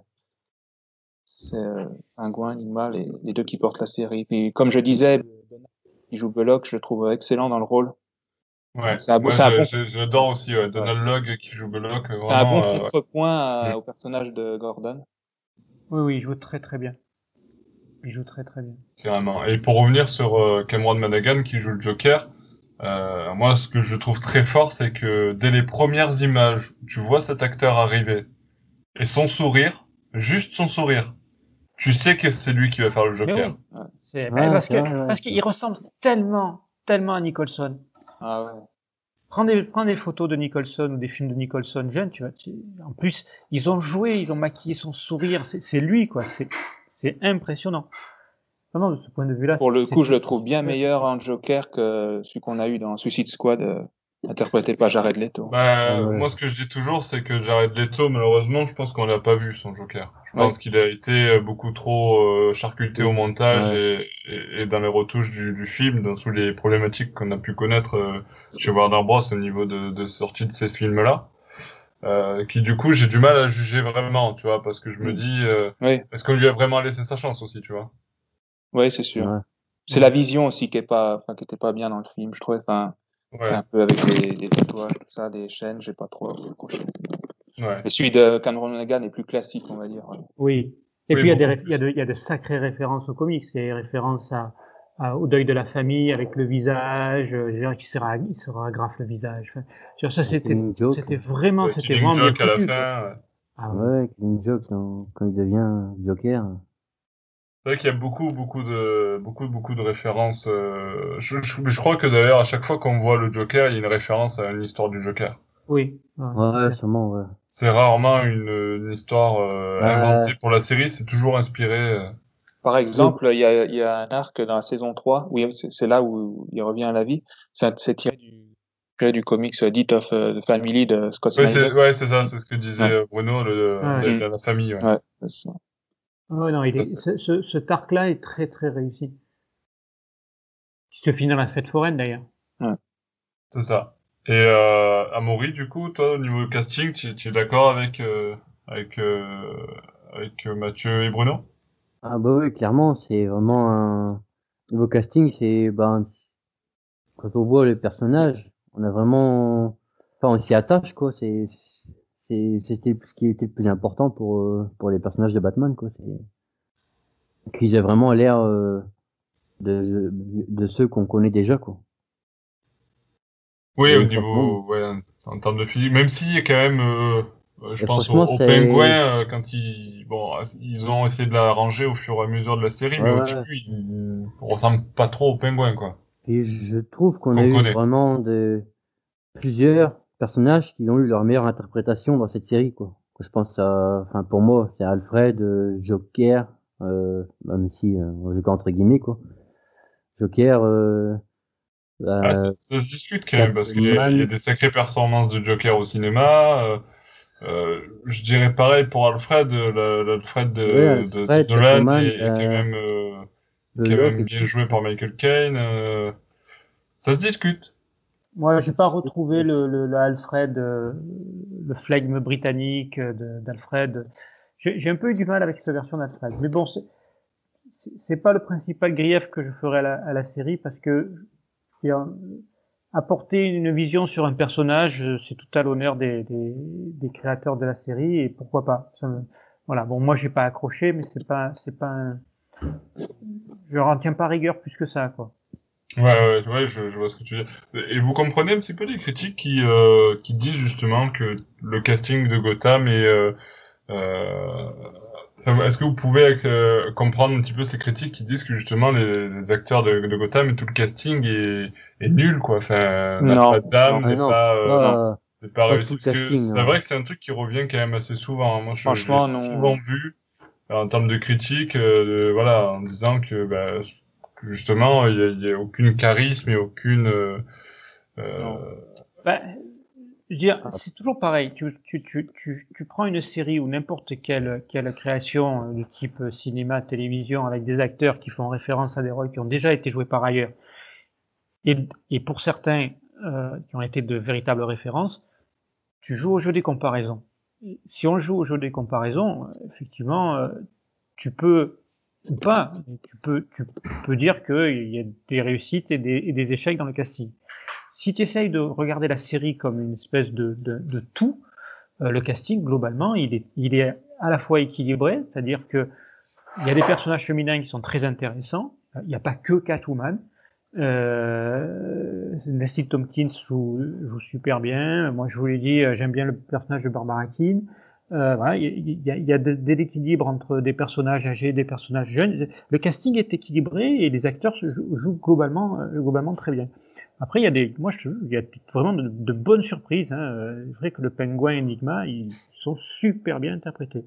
c'est euh, Pingouin, Nigma, les, les deux qui portent la série. Puis comme je disais, qui joue Belloc, je le trouve excellent dans le rôle. Ouais, C'est un, bon- moi c'est un je- bon, je- j'adore aussi ouais, ouais. Donald Logg qui joue Belloc, euh, C'est un bon vraiment... euh, ouais. contrepoint à- Mm. au personnage de Gordon. Oui, oui, il joue très très bien. Il joue très très bien. Carrément. Et pour revenir sur euh, Cameron Monaghan qui joue le Joker, euh, moi ce que je trouve très fort, c'est que dès les premières images, tu vois cet acteur arriver et son sourire, juste son sourire, tu sais que c'est lui qui va faire le Mais Joker. oui. C'est, Ouais, parce c'est que, vrai, ouais. parce qu'il ressemble tellement, tellement à Nicholson. Ah ouais. Prends des, prends des photos de Nicholson ou des films de Nicholson jeune, tu vois. tu- en plus, ils ont joué, ils ont maquillé son sourire. C'est, c'est lui, quoi. C'est, c'est impressionnant. Non, non, de ce point de vue-là. Pour le c'est- coup, c'est- je le trouve bien meilleur en Joker que celui qu'on a eu dans Suicide Squad, euh, interprété par Jared Leto. Bah, Ouais, ouais. moi ce que je dis toujours, c'est que Jared Leto, malheureusement, je pense qu'on l'a pas vu son Joker. Je Ouais. pense qu'il a été euh, beaucoup trop euh, charcuté au Oui, montage ouais. et, et, et dans les retouches du, du film, dans toutes les problématiques qu'on a pu connaître euh, chez Warner Bros au niveau de, de sortie de ces films-là. Euh, qui du coup j'ai du mal à juger vraiment, tu vois, parce que je me Mm. dis, euh, Oui, est-ce qu'on lui a vraiment laissé sa chance aussi, tu vois? oui, c'est sûr. Ouais. C'est la vision aussi qui est pas, enfin, qui était pas bien dans le film, je trouvais. Enfin, Ouais, un peu avec les, les tatouages, tout ça, des chaînes, j'ai pas trop accroché. ouais. Mais celui de Cameron Monaghan est plus classique, on va dire. Oui. Et Oui, puis il y a des, beaucoup ré- il y a de, il y a de sacrées références aux comics. C'est références à, à- au deuil de la famille avec le visage, euh, je veux dire, qui sera, il sera agrafe le visage. Enfin, je veux dire, ça Le c'était, Killing Joke. c'était vraiment, Le c'était Killing vraiment bien Joke à la foutu, quoi. fin, ouais. Ah oui. Ouais, Killing Joke dans- quand il devient Joker. C'est vrai qu'il y a beaucoup, beaucoup de, beaucoup, beaucoup de références. Euh, je, je, je crois que d'ailleurs, à chaque fois qu'on voit le Joker, il y a une référence à une histoire du Joker. Oui. Ouais, Ouais, ouais, c'est- sûrement, ouais. C'est rarement une, une histoire euh, inventée Bah, pour la série, c'est toujours inspiré. euh. Par exemple, il y a, il y a un arc dans la saison trois, où il- c'est c'est là où il revient à la vie. C'est un- c'est tiré du, tiré du comics euh, Death of euh, the Family de Scott Ouais, Snyder. c'est, ouais, c'est ça, c'est ce que disait Ouais. euh, Bruno, le, Ouais. de, Mm. de la famille. Ouais. Ouais, c'est ça. Ouais, non, il Ça, est, c'est- ce, ce, cet arc-là est très très réussi. Qui se finit dans la fête foraine d'ailleurs. Ouais. c'est ça. Et euh, Amaury, du coup, toi, au niveau casting, tu, tu es d'accord avec, euh, avec, euh, avec euh, Mathieu et Bruno? ah bah oui, clairement, c'est vraiment un niveau casting, c'est ben quand on voit les personnages, on a vraiment, enfin, on s'y attache quoi. C'est c'est c'était ce qui était le plus important pour euh, pour les personnages de Batman quoi. C'est qu'ils aient vraiment l'air euh, de de ceux qu'on connaît déjà quoi. Oui, au Et franchement, niveau, ouais, en, en termes de physique, même si quand même, euh, euh, je et pense au, franchement au c'est Pingouin, euh, quand ils, bon, ils ont essayé de l'arranger au fur et à mesure de la série, mais ouais, au ouais. début, il ressemble pas trop au Pingouin, quoi, Et je trouve qu'on a qu'on eu connaît. vraiment de plusieurs personnages qui ont eu leur meilleure interprétation dans cette série, quoi. Je pense à, enfin, pour moi, c'est Alfred, euh, Joker, euh, même si, euh, Joker entre guillemets, quoi. Joker, euh, Ah, ça, euh, ça se discute quand même, parce qu'il y, a il y a Catwoman, des sacrées performances de Joker au cinéma. Euh, euh, je dirais pareil pour Alfred, euh, la- l'Alfred ouais, de, de, de Alfred, Nolan Catwoman, est, est quand euh, même, euh, est quand Belloc même et bien tout. joué par Michael Caine. Euh, ça se discute. Moi, j'ai pas retrouvé le, le, le Alfred, euh, le flegme britannique euh, de- d'Alfred. J'ai j'ai un peu eu du mal avec cette version d'Alfred. Mais bon, c'est c'est- c'est pas le principal grief que je ferais à la, à la série parce que c'est un- apporter une vision sur un personnage, euh, c'est tout à l'honneur des, des, des créateurs de la série et pourquoi pas. Ça me- voilà. Bon, moi, j'ai pas accroché, mais c'est pas, c'est pas un, je n'en tiens pas rigueur plus que ça, quoi. Ouais, ouais, ouais, je, je vois ce que tu veux dire. Et vous comprenez un petit peu les critiques qui, euh, qui disent justement que le casting de Gotham est... Euh, euh, enfin, est-ce que vous pouvez euh, comprendre un petit peu ces critiques qui disent que justement les, les acteurs de, de Gotham et tout le casting est, est nul, quoi. Enfin, n'a pas Non, non, d'âme, Ah n'est non, pas, euh, non. pas, n'est pas pas tout réussi. le Parce que casting, c'est non. vrai que c'est un truc qui revient quand même assez souvent, hein. Moi, je, je l'ai Franchement, non. souvent vu en termes de critiques, euh, de- voilà, en disant que, bah, que justement, il y a, il y a aucune charisme et aucune... euh, Non. euh, Ben, je veux dire, Ah, c'est toujours pareil. Tu, tu, tu, tu, tu prends une série ou n'importe quelle, quelle création euh, de type euh, cinéma, télévision, avec des acteurs qui font référence à des rôles qui ont déjà été joués par ailleurs, et, et pour certains euh, qui ont été de véritables références, tu joues au jeu des comparaisons. Si on joue au jeu des comparaisons, euh, effectivement, euh, tu peux ou pas, tu peux, tu peux dire qu'il y a des réussites et des, et des échecs dans le casting. Si tu essayes de regarder la série comme une espèce de, de, de tout, euh, le casting, globalement, il est, il est à la fois équilibré, c'est-à-dire que il y a des personnages féminins qui sont très intéressants. Il n'y a pas que Catwoman. Euh, Leslie Tompkins joue, joue super bien. Moi, je vous l'ai dit, euh, j'aime bien le personnage de Barbara Keane. Euh, voilà, il y a, il y a de, de l'équilibre entre des personnages âgés et des personnages jeunes. Le casting est équilibré et les acteurs se jouent, jouent globalement, euh, globalement très bien. Après, il y a des, moi, je, il y a vraiment de, de bonnes surprises. Hein. C'est vrai que le Pingouin et Enigma, ils sont super bien interprétés.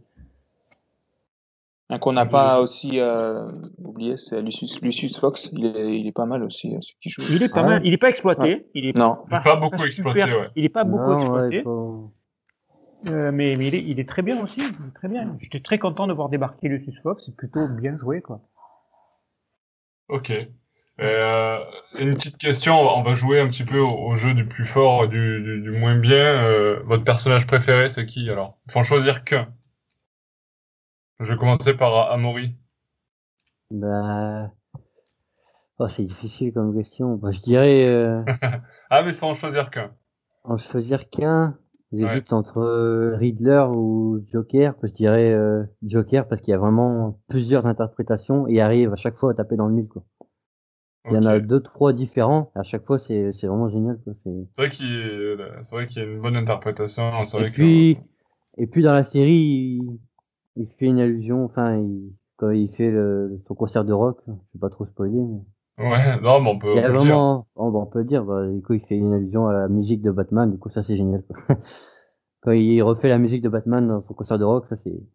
Un qu'on n'a pas aussi euh, oublié, c'est Lucius, Lucius Fox. Il est, il est pas mal aussi, euh, celui qui joue. Il est pas ouais, mal, il est pas Ouais. exploité, il est Non. il est pas, pas pas beaucoup exploité, super, ouais. il est pas beaucoup non, ouais, exploité, pas... euh, mais, mais il, est, il est très bien aussi, il est très bien. J'étais très content de voir débarquer Lucius Fox, c'est plutôt bien joué, quoi. Ok. Euh, une petite question, on va on va jouer un petit peu au, au jeu du plus fort, du, du, du moins bien. Euh, votre personnage préféré, c'est qui alors? Il faut en choisir qu'un. Je vais commencer par Amaury. Bah, oh, c'est difficile comme question. Bah, je dirais, euh, Ah, mais il faut en choisir qu'un. en choisir qu'un, Ouais. j'hésite entre euh, Riddler ou Joker. Je dirais euh, Joker parce qu'il y a vraiment plusieurs interprétations et il arrive à chaque fois à taper dans le mille, quoi. Il y en Ok. a C'est deux, trois différents. À chaque fois, c'est c'est vraiment génial, quoi. C'est... vrai qu'il est- c'est vrai qu'il y a une bonne interprétation. C'est Et vrai que puis, et puis dans la série, il, il fait une allusion, enfin, il, quand il fait le, son concert de rock, je vais pas trop spoiler, mais ouais. Non, mais on peut il y on a peut le dire. vraiment, oh, bah, on peut le dire, bah, du coup, il fait une allusion à la musique de Batman, du coup, ça c'est génial, quoi. Quand il refait la musique de Batman dans son concert de rock, ça c'est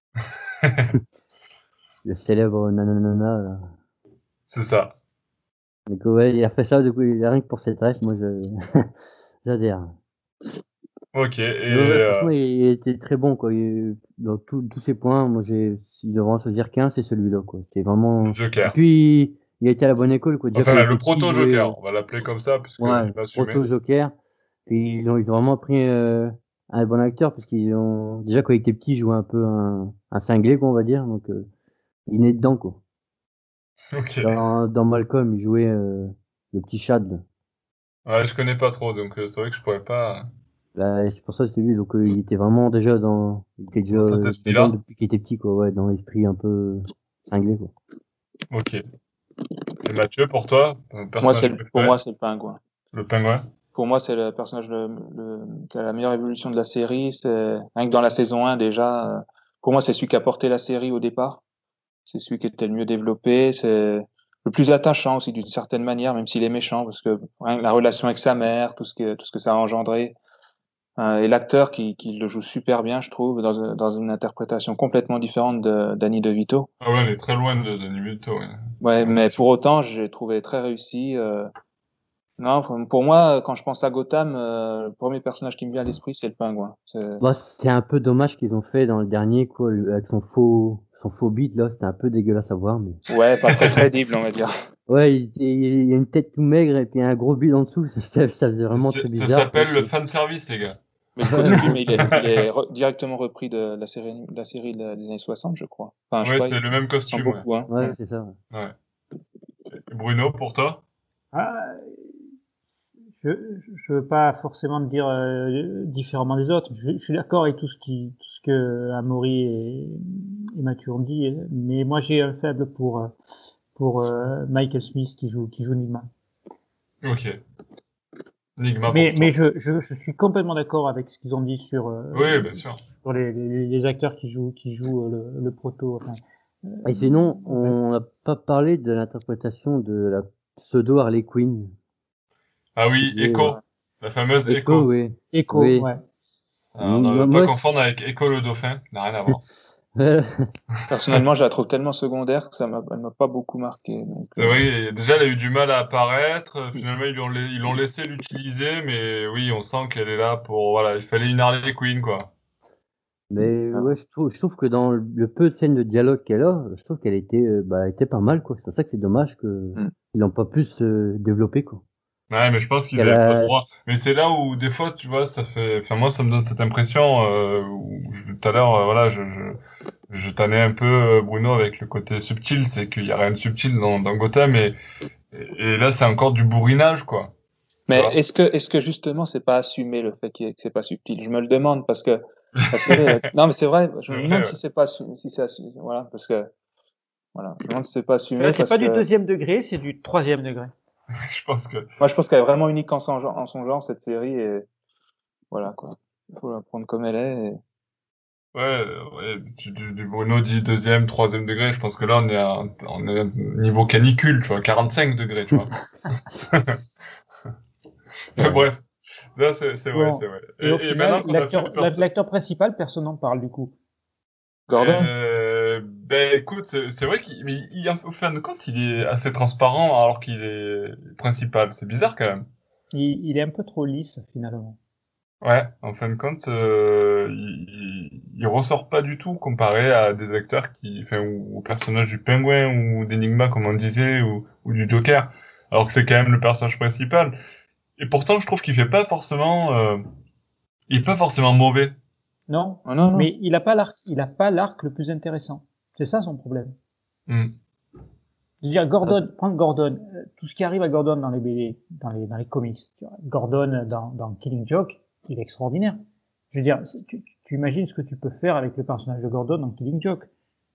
le célèbre nanana, là. C'est ça. Donc ouais, il a fait ça, du coup, il- rien que pour cette ref, moi je, j'adhère. Ok. Et Mais ouais, ouais, euh, franchement, il, il était très bon, quoi. Il- dans tous tous ses points, moi j'ai, s'il devrait en choisir qu'un, c'est celui-là, quoi. C'était le vraiment, et Joker. puis, il a été à la bonne école, quoi. Déjà quand il Enfin, était le petit, il jouait, euh, proto-Joker. On va l'appeler comme ça ouais, puisqu'il va assumer. proto-Joker. Puis ils ont, ils ont vraiment pris euh, un bon acteur, parce qu'ils ont, déjà quand il était petit, il jouait un peu un, un cinglé, quoi, on va dire. Donc, euh, il est dedans, quoi. Ok. Dans, dans Malcolm, il jouait euh, le petit Chad, là. Ouais, je connais pas trop, donc euh, c'est vrai que je pourrais pas Là, c'est pour ça que c'est lui, donc euh, il était vraiment déjà dans, il était déjà dans cet euh, dedans esprit-là. depuis qu'il était petit, quoi, ouais, dans l'esprit un peu cinglé, quoi. Ok. Et Mathieu, pour toi, ton Moi, c'est personnage le- pour moi, préféré? c'est le pingouin. Le pingouin? Pour moi, c'est le personnage le, le- qui a la meilleure évolution de la série. C'est rien que dans la saison un déjà. euh, Pour moi, c'est celui qui a porté la série au départ. C'est celui qui était le mieux développé. C'est le plus attachant aussi d'une certaine manière, même s'il est méchant, parce que rien que la relation avec sa mère, tout ce que tout ce que ça a engendré, euh, et l'acteur qui, qui le joue super bien, je trouve, dans, dans une interprétation complètement différente de Danny DeVito. Ah ouais, on est très loin de, de Nimito, ouais. Ouais, Ouais, c'est mais sûr. pour autant, j'ai trouvé très réussi. euh, Non, pour pour moi, quand je pense à Gotham, euh, le premier personnage qui me vient à l'esprit, c'est le pingouin. C'est- Bah, c'est un peu dommage qu'ils ont fait dans le dernier, quoi, le- avec son faux, son faux beat, là, c'était un peu dégueulasse à voir, mais. Ouais, pas très crédible, on va dire. Ouais, il, il y a une tête tout maigre et puis un gros bide en dessous, ça, ça faisait Et vraiment très c'est- Ça bizarre, quoi. s'appelle le c'est- fan service, les gars. Mais le Ouais, ouais, costume, il est, il est re- directement repris de la série, de la série de- des années soixante, je crois. Enfin, je sais Ouais, pas, c'est il le même ressemble costume, ouais. beaucoup, hein. ouais, Ouais. c'est ça. Ouais. Et Bruno, pour toi? Ah, je je veux pas forcément dire euh, différemment des autres. Je, je suis d'accord avec tout ce qui, tout ce que Amaury et, et Mathieu ont dit, mais moi j'ai un faible pour euh, pour euh, Michael Smith qui joue qui joue Nigma. Ok. Enigma Mais, pour mais toi. je, je, je suis complètement d'accord avec ce qu'ils ont dit sur, euh, Oui, bien sûr. sur les, les, les acteurs qui jouent, qui jouent euh, le, le proto. Enfin, euh, Et sinon, en fait. on n'a pas parlé de l'interprétation de la pseudo Harley Quinn. Ah oui, Qui est Echo. La fameuse Echo, Echo. oui. Echo, Oui. ouais. Alors, ne Moi, pas moi, confondre avec Echo le dauphin. Ça n'a rien à voir. Personnellement, je la trouve tellement secondaire que ça m'a, elle m'a pas beaucoup marqué. Donc, C'est euh, vrai, et déjà, elle a eu du mal à apparaître. Euh, Finalement, ils l'ont la- ils l'ont laissé l'utiliser, mais oui, on sent qu'elle est là pour, voilà, il fallait une Harley Quinn, quoi. mais ah, ouais, je trouve, je trouve que dans le peu de scènes de dialogue qu'elle a, je trouve qu'elle était, euh, bah, elle était pas mal, quoi. C'est pour ça que c'est dommage que mm. ils l'ont pas pu se développer, quoi. Ouais, mais je pense qu'ils Qu'elle avaient pas le a, droit. Mais c'est là où, des fois, tu vois, ça fait, enfin, moi, ça me donne cette impression, euh, où je- tout à l'heure, euh, voilà, je, je, je tannais un peu euh, Bruno avec le côté subtil, c'est qu'il y a rien de subtil dans, dans Gotham, et, et là, c'est encore du bourrinage, quoi. Tu Mais vois? est-ce que, est-ce que justement, c'est pas assumé le fait qu'il y ait- que c'est pas subtil? Je me le demande parce que la série, elle a- non, mais c'est vrai, je C'est me vrai, demande ouais. si c'est pas, assu- si c'est assumé, voilà, parce que, voilà, je me demande si c'est pas assumé C'est c'est parce pas du que, deuxième degré, c'est du troisième degré. Je pense que, moi, je pense qu'elle est vraiment unique en son genre, en son genre, cette série, et voilà, quoi. Il faut la prendre comme elle est, et- ouais, euh, ouais, du, du, du Bruno dit deuxième, troisième degré, je pense que là, on est à, on est à niveau canicule, tu vois, quarante-cinq degrés, tu vois. c'est vrai. Bref, là, c'est, c'est vrai, c'est Bon. vrai. Et au Et, et maintenant final, qu'on a fait les l'acteur, la- personnes, l'acteur principal, personne n'en parle du coup. Gordon? euh, ben, écoute, c'est, c'est vrai qu'il, mais il, en fin de compte, il est assez transparent alors qu'il est principal. C'est bizarre quand même. Il, il est un peu trop lisse finalement. Ouais, en fin de compte, euh, il, il, il ressort pas du tout comparé à des acteurs qui, enfin, ou au personnage du Pingouin ou d'Enigma, comme on disait, ou, ou du Joker. Alors que c'est quand même le personnage principal. Et pourtant, je trouve qu'il fait pas forcément, euh, il est pas forcément mauvais. Non, Oh, non, non. mais il a pas l'arc, il a pas l'arc le plus intéressant. C'est ça son problème. Hmm. Je veux dire, Gordon, prends Gordon, euh, tout ce qui arrive à Gordon dans les B D, dans les, dans les comics, tu vois, Gordon dans, dans Killing Joke, il est extraordinaire. Je veux dire, tu, tu imagines ce que tu peux faire avec le personnage de Gordon dans Killing Joke.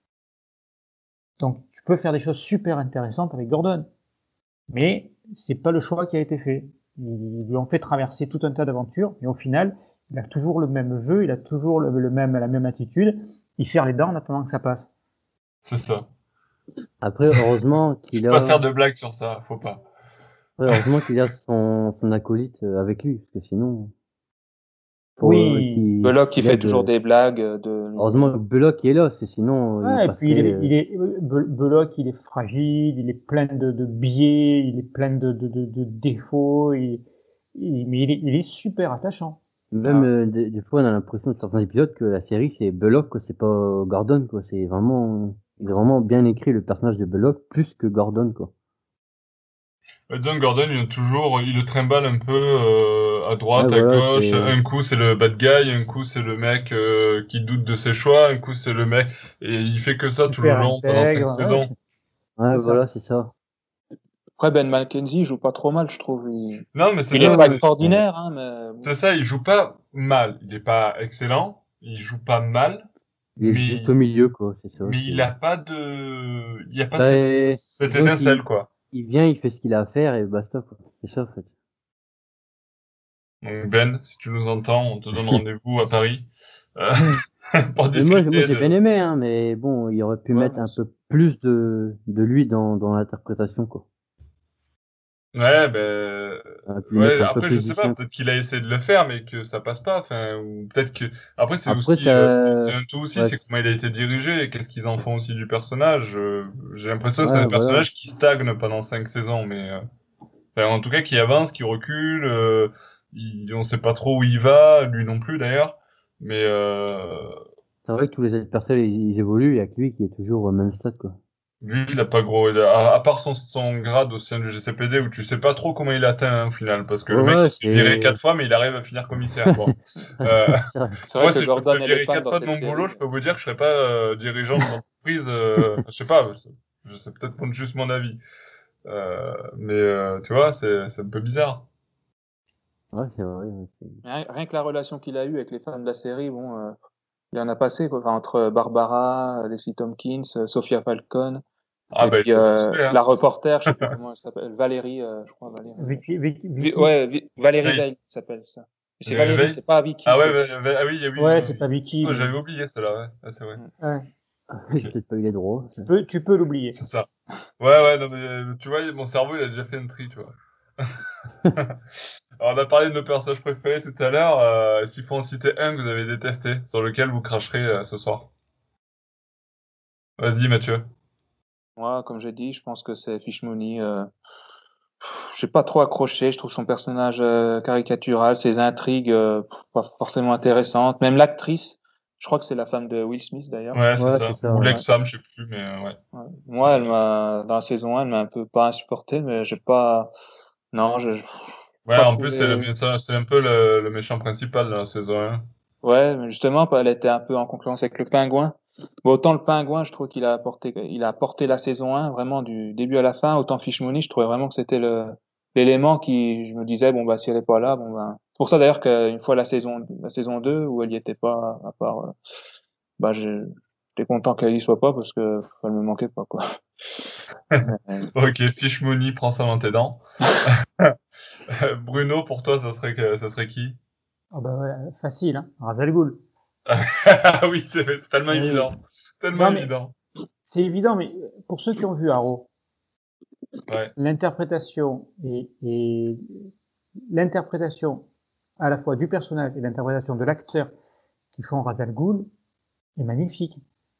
Donc, tu peux faire des choses super intéressantes avec Gordon. Mais c'est pas le choix qui a été fait. Ils lui ont fait traverser tout un tas d'aventures, mais au final, il a toujours le même jeu, il a toujours le, le même, la même attitude. Il serre les dents en attendant que ça passe. C'est ça. Après, heureusement Faut qu'il pas a, faire de blagues sur ça, faut pas. ouais, heureusement qu'il a son, son acolyte euh, avec lui, parce que sinon, pour euh, Oui. qu'il Belloc qui qu'il fait aide. toujours euh, des blagues euh, de lui. Heureusement que Belloc est là, c'est sinon il Ouais, et puis il passerait. est, euh, il est, Be- Belloc, il est fragile, il est plein de, de biais, il est plein de, de, de, de défauts, il, il- mais il est, il est super attachant. Même Ah. euh, des, des fois, on a l'impression de certains épisodes que la série c'est Belloc, quoi, c'est pas Gordon, quoi. C'est vraiment, il a vraiment bien écrit le personnage de Belloc plus que Gordon, quoi. Euh, John Gordon, il a toujours, il le trimballe un peu euh, à Ouais, droite, à voilà, gauche. c'est, Un coup, c'est le bad guy, un coup, c'est le mec euh, qui doute de ses choix, un coup, c'est le mec... Et il fait que ça tout le Super long, pendant cinq intègre, ouais, saisons. ouais, c'est ça. voilà, c'est ça. Après, Ben McKenzie, il joue pas trop mal, je trouve. Il, Non, mais c'est il est ça, pas Non, c'est ouais. extraordinaire, hein, mais c'est bon. ça, il joue pas mal. Il est pas excellent, il joue pas mal, Il est mais, juste au milieu, quoi, c'est ça. mais il C'est, a pas de... Il y a pas cette, bah, cette disons étincelle, qu'il, quoi. il vient, il fait ce qu'il a à faire et basta, quoi. C'est ça, en fait. Donc Ben, si tu nous entends, on te donne rendez-vous à Paris euh, pour Mais moi, moi, discuter j'ai bien de... aimé, hein, mais bon, il aurait pu Ouais, mettre moi un aussi. peu plus de, de lui dans, dans l'interprétation, quoi. Ouais, ben, Il aurait pu lui mettre ouais, un peu après, je plus sais du pas, sien, quoi. peut-être qu'il a essayé de le faire, mais que ça passe pas, enfin, ou peut-être que, après, c'est Après, aussi, euh, c'est ça, un tout aussi, ouais, c'est comment il a été dirigé et qu'est-ce qu'ils en font aussi du personnage. Euh, j'ai l'impression que c'est ouais, un voilà. personnage qui stagne pendant cinq saisons, mais, euh, enfin, en tout cas, qui avance, qui recule, euh, il, on sait pas trop où il va, lui non plus d'ailleurs, mais, euh, C'est vrai que tous les autres personnes, ils, ils évoluent, il y a que lui qui est toujours au même stade, quoi. lui, il a pas gros, il a- à, à part son, son grade au sein du G C P D où tu sais pas trop comment il atteint, hein, au final, parce que Ouais, le mec, ouais, il s'est viré quatre c'est... fois, mais il arrive à finir commissaire, bon. Euh, c'est vrai. C'est vrai Moi, que si je me Gordon fais elle est virer panne quatre dans fois de cette mon boulot, série. je peux vous dire que je serais pas euh, dirigeant d'une entreprise. Euh, je sais pas, je, je sais peut-être prendre juste mon avis. Euh, mais euh, tu vois, c'est c'est un peu bizarre. Ouais, c'est vrai. Ouais, c'est- Rien, rien que la relation qu'il a eue avec les fans de la série, bon, euh, il en a passé, quoi. Enfin, entre Barbara, Leslie Tompkins, euh, Sophia Falcon. Ah Et bah, il puis faut euh, pousser, hein. la reporter, je sais plus comment elle s'appelle, Valérie, euh, je crois Valérie. Vicky, Vicky, Vi- Vicky. ouais, Vi- Valérie Veil. Veil s'appelle ça. Mais c'est Valérie Valérie, Veil. c'est pas Vicky. Ah ouais, c'est... Ve- Ve- ah oui, oui, Ouais, oui. c'est pas Vicky, Oh, mais j'avais oublié celle-là, ouais. Ah, c'est vrai. Mm. ouais. J'ai Ok. peut-être pas eu les droits. Tu peux, tu peux l'oublier. C'est ça. Ouais, ouais, non mais euh, tu vois, mon cerveau il a déjà fait une tri, tu vois. Alors on a parlé de nos personnages préférés tout à l'heure. Euh, s'il faut en citer un que vous avez détesté, sur lequel vous cracherez euh, ce soir. Vas-y Mathieu. Moi, comme j'ai dit, je pense que c'est Fish Mooney. Euh... J'ai pas trop accroché. Je trouve son personnage euh, caricatural, ses intrigues euh, pas forcément intéressantes. Même l'actrice, je crois que c'est la femme de Will Smith d'ailleurs. Ouais, c'est Ouais, ça. c'est ça, Ou ouais. Ouais. l'ex-femme, je sais plus, mais euh, ouais. Ouais. Moi, elle m'a dans la saison un, elle m'a un peu pas insupporté, mais j'ai pas. Non, je j'ai Ouais, pas en plus c'est trouvé. le, ça- c'est un peu le, le méchant principal de la saison un. Ouais, mais justement, elle était un peu en concurrence avec le Pingouin. Bon, autant le Pingouin, je trouve qu'il a apporté, il a apporté la saison un vraiment du début à la fin. Autant Fish Mooney, je trouvais vraiment que c'était le l'élément qui, je me disais, bon bah si elle est pas là, bon ben. C'est pour ça d'ailleurs qu'une fois la saison la saison deux où elle y était pas, à part, euh, bah j'ai- j'étais content qu'elle y soit pas parce que elle me manquait pas quoi. Mais, Ok, Fish Money, prends ça dans tes dents. Bruno, pour toi, ça serait que, ça serait qui? Ah bah ouais, facile, hein. Ra's al Ghul. Ah oui, c'est c'est tellement Eh oui. évident. Tellement Non, mais évident. c'est évident, mais pour ceux qui ont vu Arrow, Ouais. l'interprétation et, et l'interprétation à la fois du personnage et l'interprétation de l'acteur qui font Ra's al Ghul est magnifique.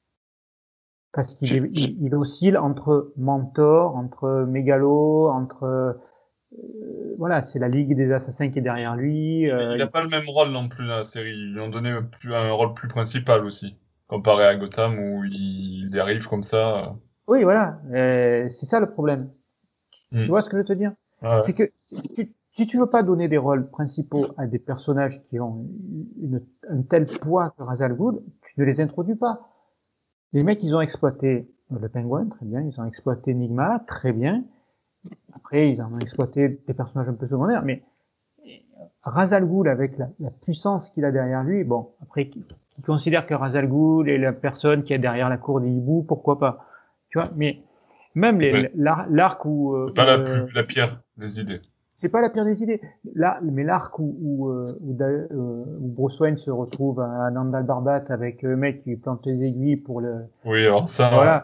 Parce qu'il J'ai- est- il, il oscille entre mentor, entre mégalo, entre euh, voilà, c'est la Ligue des Assassins qui est derrière lui. Il, euh, il a pas le même rôle non plus dans la série. Ils lui ont donné plus, un rôle plus principal aussi. Comparé à Gotham où il, il arrive comme ça. oui, voilà, euh, c'est ça le problème. euh. Tu Hmm. vois ce que je veux te dire? Ouais, C'est ouais. que si tu, si tu veux pas donner des rôles principaux à des personnages qui ont une, un tel poids que Ra's al Ghul, tu ne les introduis pas. Les mecs, ils ont exploité le Pingouin, très bien. Ils ont exploité Enigma, très bien. Après, ils en ont exploité des personnages un peu secondaires, mais Ra's al Ghul, avec la, la puissance qu'il a derrière lui, bon, après, qui, qui considère que Ra's al Ghul est la personne qui est derrière la cour des hiboux, pourquoi pas? Tu vois, mais même Ouais. les- l'ar- l'arc où, euh, C'est pas où la euh, plus, la pire des idées. c'est pas la pire des idées. Là, mais l'arc où, où, euh, où, Da- euh, où Bruce Wayne se retrouve à Nandal Barbat avec le mec qui plante les aiguilles pour le, Oui, alors ça, voilà.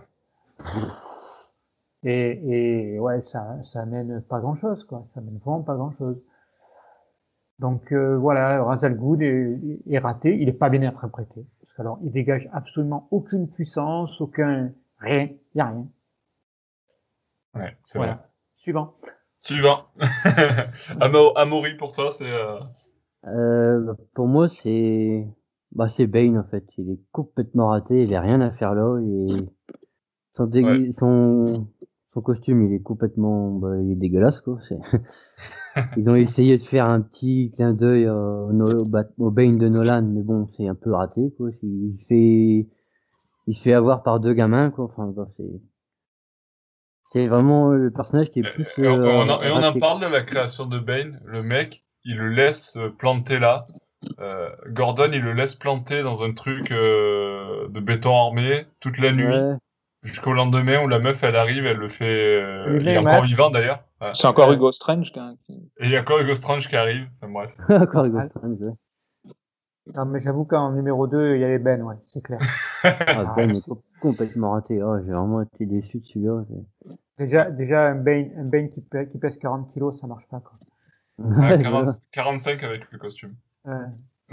Et, et ouais, ça, ça mène pas grand chose, quoi. Ça mène vraiment pas grand chose. Donc euh, voilà, Ra's al Ghul est, est raté. Il est pas bien interprété. Parce que alors, il dégage absolument aucune puissance, aucun rien. Il y a rien. ouais, c'est vrai. Voilà. Suivant. Suivant. Amo- Amaury, pour toi, c'est... Euh... Euh, bah, pour moi, c'est bah, c'est Bane en fait. Il est complètement raté. Il a rien à faire là. Et son, Ouais. dégui- son, son costume, il est complètement bah, il est dégueulasse quoi. C'est- Ils ont essayé de faire un petit clin d'œil euh, au, No- au Bat- au Bane de Nolan, mais bon, c'est un peu raté quoi. Il fait il se fait avoir par deux gamins quoi. Enfin, bah, c'est c'est vraiment le personnage qui est Et, plus et on, et euh, on en, et on en raté quoi. parle de la création de Bane. Le mec, il le laisse euh, planter là. Euh, Gordon, il le laisse planter dans un truc euh, de béton armé toute la nuit Ouais, jusqu'au lendemain où la meuf, elle arrive, elle le fait... euh, Il il met est un encore masque. vivant d'ailleurs. Ouais. c'est encore Euh, Hugo Strange qui, qui- Et il y a encore Hugo Strange qui arrive. Enfin, bref. encore Hugo normal. Strange, ouais. Non, mais j'avoue qu'en numéro deux, il y avait Ben, ouais, c'est clair. Ah, Ah, Ben est c'est- co- complètement raté. Oh, j'ai vraiment été déçu de celui-là. c'est- déjà, déjà, un Bane, un Bane qui, pèse- qui pèse quarante kilos, ça marche pas, quoi. Ah, Ouais, quarante, voilà. quarante-cinq avec le costume. Euh,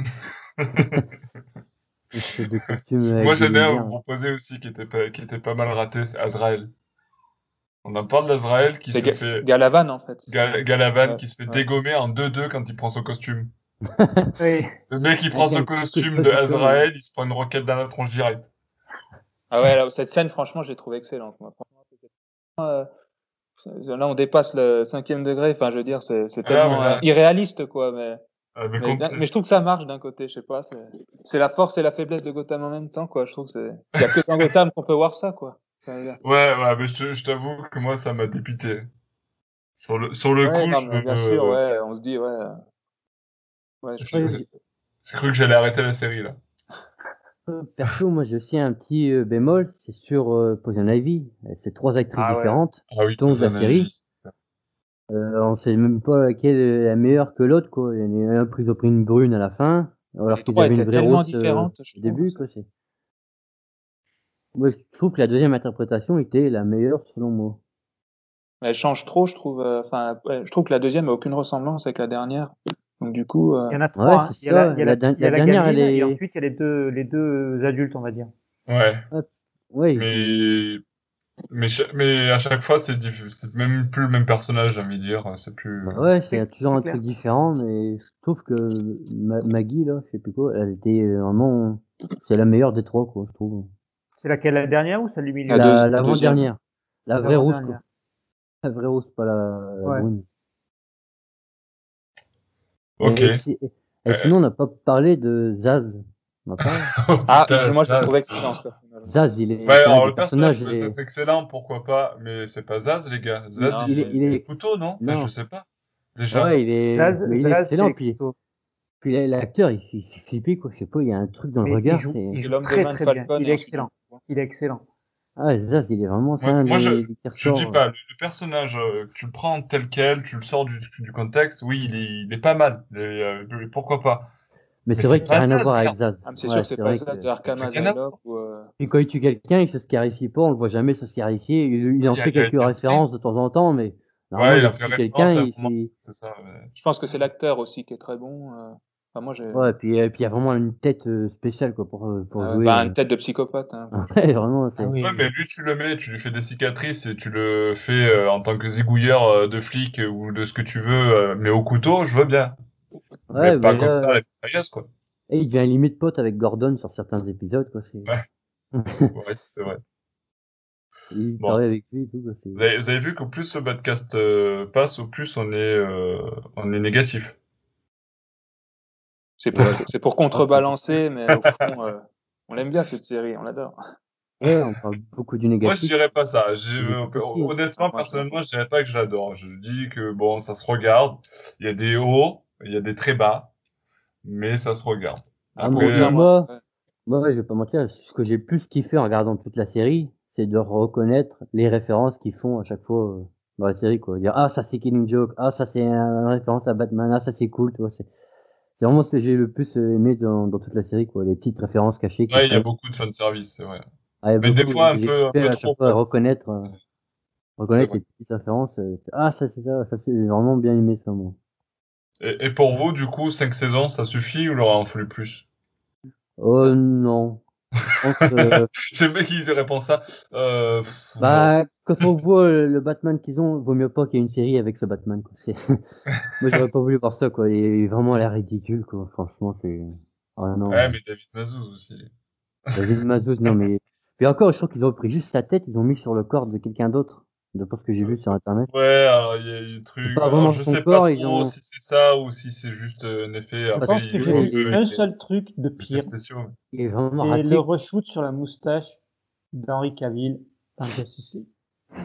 Espèce de costume avec Moi, des j'aime bien vous lumières. proposer aussi qui était pas, qui était pas mal raté, c'est Azrael. On en parle d'Azrael qui c'est se Ga- c'est fait... Galavan en fait. c'est ça. Gal- Galavan Ouais, qui se fait ouais. dégommer en deux deux quand il prend son costume. oui. Le mec, il prend Avec son un coup de costume de projecteur, ouais. Azrael, il se prend une roquette dans la tronche direct. Ah ouais, là, cette scène, franchement, j'ai trouvé excellente. Moi. Franchement, c'était vraiment, euh, là, on dépasse le cinquième degré. Enfin, je veux dire, c'est c'est Ah, mais tellement euh, là, irréaliste, quoi. Mais, ah, mais mais, d'un- complet. mais je trouve que ça marche d'un côté. Je sais pas. C'est c'est la force et la faiblesse de Gotham en même temps, quoi. Je trouve que c'est. Il y a que dans Gotham qu'on peut voir ça, quoi. Ça veut dire. Ouais, ouais, mais je, te- je t'avoue que moi, ça m'a dépité. Sur le, sur le Ouais, coup, non, je mais bien sûr, me, ouais. On se dit, ouais, euh, ouais. Je, j'ai Oui, j'ai cru que j'allais arrêter la série, là. Euh, Perso, moi j'ai aussi un petit euh, bémol, c'est sur euh, Poison Ivy. Euh, C'est trois actrices Ah ouais. différentes, Ah oui, dont de la Poison série. Ivy. Euh, on sait même pas laquelle est la meilleure que l'autre, quoi. Il y en a un pris, ils ont pris une brune à la fin, alors Les qu'ils trois avaient une étaient vraie tellement rousse euh, différentes, je au trouve. début, quoi. C'est... Moi, je trouve que la deuxième interprétation était la meilleure selon moi. Elle change trop, je trouve. euh, Enfin, ouais, je trouve que la deuxième a aucune ressemblance avec la dernière. Donc du coup, euh, Il y en a Ouais, trois. Hein. c'est Il y a la, ça. il y a la, La, din- il y la a la dernière, elle gamine et est. ensuite il y a les deux, les deux adultes, on va dire. Ouais. Ouais, Mais, mais, cha- mais à chaque fois, c'est diff- c'est même plus le même personnage, j'ai envie de dire. C'est plus. bah ouais, c'est C'est toujours c'est un clair. truc différent, mais je trouve que Ma- Maggie, là, je sais plus quoi, elle était vraiment. C'est la meilleure des trois, quoi, je trouve. C'est laquelle, la dernière ou celle du milieu? la, La, deuxi- la deuxième. l'avant-dernière. La vraie rousse, quoi. L'avant-dernière. La vraie rousse, pas la, la Ouais. brune. Ok. Et, si- et Euh, sinon, on n'a pas parlé de Zaz. On en parle? oh Ah, putain, je- moi je le Zaz. trouve excellent ce personnage. Zaz, il est, Ouais, c'est un alors des le personnage personnages. peut Et... être excellent, pourquoi pas, mais c'est pas Zaz, les gars. Zaz, Non. Il est, il il est est, couteau, non? Enfin, je non. sais pas. Déjà. Ouais, il est, Zaz, mais il est Zaz, excellent. c'est Puis, plutôt. puis l'acteur, il, il fait flipper, quoi. Je sais pas, il y a un truc dans le Mais il regard. joue, C'est, il C'est joue l'homme de très main de très bien. Falcon Il et est ensuite excellent. on- Il est excellent. ah, Zaz, il est vraiment, c'est Moi, un moi, je, des, des qui je dis ressort. pas, le, le personnage, euh, tu le prends tel quel, tu le sors du, du contexte, oui, il est, il est pas mal. Il est, euh, pourquoi pas. Mais Mais c'est vrai c'est qu'il n'y a pas rien à Zaz, voir avec merde. Zaz. Ah, mais c'est sûr Ouais, que c'est c'est pas vrai ça que. de Arkham C'est rien à Asylum ou. euh, Puis quand il tue quelqu'un, il se scarifie pas, on le voit jamais se scarifier. Il, il en Il a, fait il a quelques été pris. références de temps en temps, mais normalement, Ouais, il il a fait tue quelqu'un, référence à un il, moment. il- C'est ça. Ouais. Je pense que c'est l'acteur aussi qui est très bon. euh. Enfin, moi j'ai. ouais, puis, euh, puis il y a vraiment une tête euh, spéciale, quoi, pour, euh, pour Ah ouais, jouer. bah, une euh. tête de psychopathe. Hein, franchement. Ouais, vraiment, Ah c'est. oui. Ouais, mais lui, tu le mets, tu lui fais des cicatrices et tu le fais euh, en tant que zigouilleur euh, de flic euh, ou de ce que tu veux, euh, mais au couteau, je veux bien. Mais Ouais, pas mais comme ça, à là, la mitrailleuse, quoi. et il devient limite pote avec Gordon sur certains épisodes, quoi. C'est... Ouais, ouais, c'est vrai. il Bon. travaille avec lui et tout, quoi. C'est... Vous avez, vous avez vu qu'au plus ce podcast euh, passe, au plus on est, euh, on est négatif. C'est pour, Ouais, c'est pour contrebalancer, mais au fond, euh, on l'aime bien cette série, on l'adore. ouais, on parle beaucoup du Moi, je négatif. dirais pas ça. J'ai- Du euh, négatif aussi, hein. honnêtement, Moi, je l'aime. personnellement, je dirais pas que je l'adore. Je dis que bon, ça se regarde. Il y a des hauts, il y a des très bas, mais ça se regarde. Ah, Pour Après, moi, euh, moi, autant, moi, moi, ouais. moi, ouais, je vais pas mentir, ce que j'ai plus kiffé en regardant toute la série, c'est de reconnaître les références qu'ils font à chaque fois euh, dans la série, quoi. Dire, ah, ça c'est Killing Joke, ah, ça c'est une référence à Batman, ah, ça c'est cool, tu vois. C'est, c'est vraiment ce que j'ai le plus euh, aimé dans, dans toute la série, quoi. Les petites références cachées qu'ils ouais, il y a font. beaucoup de fanservice, c'est vrai. Ah, il y a Mais des beaucoup, fois, un j'ai peu, un kiffé peu à trop, chaque fois quoi. reconnaître, euh, C'est reconnaître vrai. les petites références. euh, c'est- ah, ça c'est ça, ça c'est j'ai vraiment bien aimé ça, moi. Et, et pour vous, du coup, cinq saisons, ça suffit ou il aura en fallu plus? Oh non, je pense que J'aime bien qu'ils répondent ça. Euh, pff, non. bah quand on voit euh, le Batman qu'ils ont, vaut mieux pas qu'il y ait une série avec ce Batman, quoi. C'est... Moi j'aurais pas voulu voir ça, quoi. Il est vraiment l'air ridicule, quoi. Franchement, c'est ah Ouais, non. mais David Mazouz aussi. David Mazouz, non mais puis encore, je trouve qu'ils ont pris juste sa tête, ils ont mis sur le corps de quelqu'un d'autre, de ce que j'ai vu sur internet. Ouais, alors il y a eu des C'est trucs. pas Alors vraiment je son sais pas corps, ils trop ont. si c'est ça ou si c'est juste euh, un effet. Je Parce Après, pense que que ils j'ai jouent un ouais, vu il peu est, un avec les seul truc de effets pire. spéciaux. il est vraiment C'est le raté. reshoot sur la moustache d'Henri Cavill dans Justice League.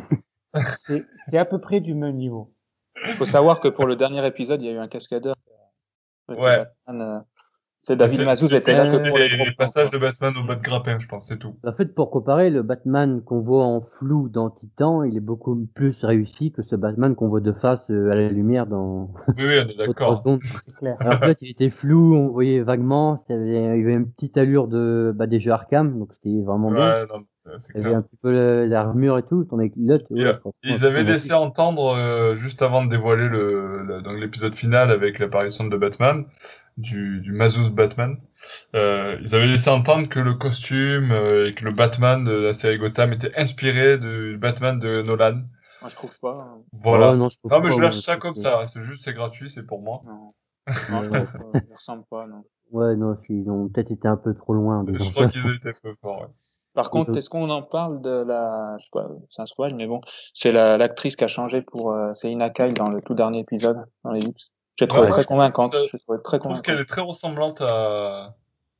C'est c'est à peu près du même niveau. Faut savoir que pour le dernier épisode, il y a eu un cascadeur. Avec le Ouais. Batman, euh, c'est Bah, David c'est Mazouz c'est était lui là qui que Euh, fait pour les les, gros les plans, passages quoi. de Batman au bas de grappin, je pense, c'est tout. En fait, pour comparer, le Batman qu'on voit en flou dans Titan, il est beaucoup plus réussi que ce Batman qu'on voit de face euh, à la lumière dans Oui, oui, on est trois trois d'accord. secondes. C'est clair. Alors que là, il était flou, on voyait vaguement, il y avait, il y avait une petite allure de, bah, des jeux Arkham, donc c'était vraiment bien. Ouais, non, euh, c'est Il y avait un clair. petit peu le- l'armure et tout, tandis que l'autre, Et, ouais, euh, franchement, ils c'est avaient magnifique. laissé entendre euh, juste avant de dévoiler le, le- donc l'épisode final avec l'apparition de Batman, du, du Mazouz Batman. Euh, ils avaient laissé entendre que le costume euh, et que le Batman de la série Gotham était inspiré du Batman de Nolan. Moi, je trouve pas. hein. Oh Voilà. non, je trouve Non, mais pas, je moi, lâche je ça trouve comme que... ça. C'est juste, c'est gratuit, c'est pour moi. Non, non, je Ouais, trouve pas. Il ressemble pas, non. ouais, non, ils ont peut-être été un peu trop loin en Je disant crois ça. qu'ils ont été peu forts. Ouais. Par Ils contre, ont- est-ce qu'on en parle de la, je sais pas, c'est un spoil, mais bon, c'est la, l'actrice qui a changé pour, euh, c'est Ina Kyle dans le tout dernier épisode, dans les X. J'ai trouvé Ouais, Ouais, très je trouve, convaincante. ça- J'ai trouvé très je trouve qu'elle convaincante. est très ressemblante à,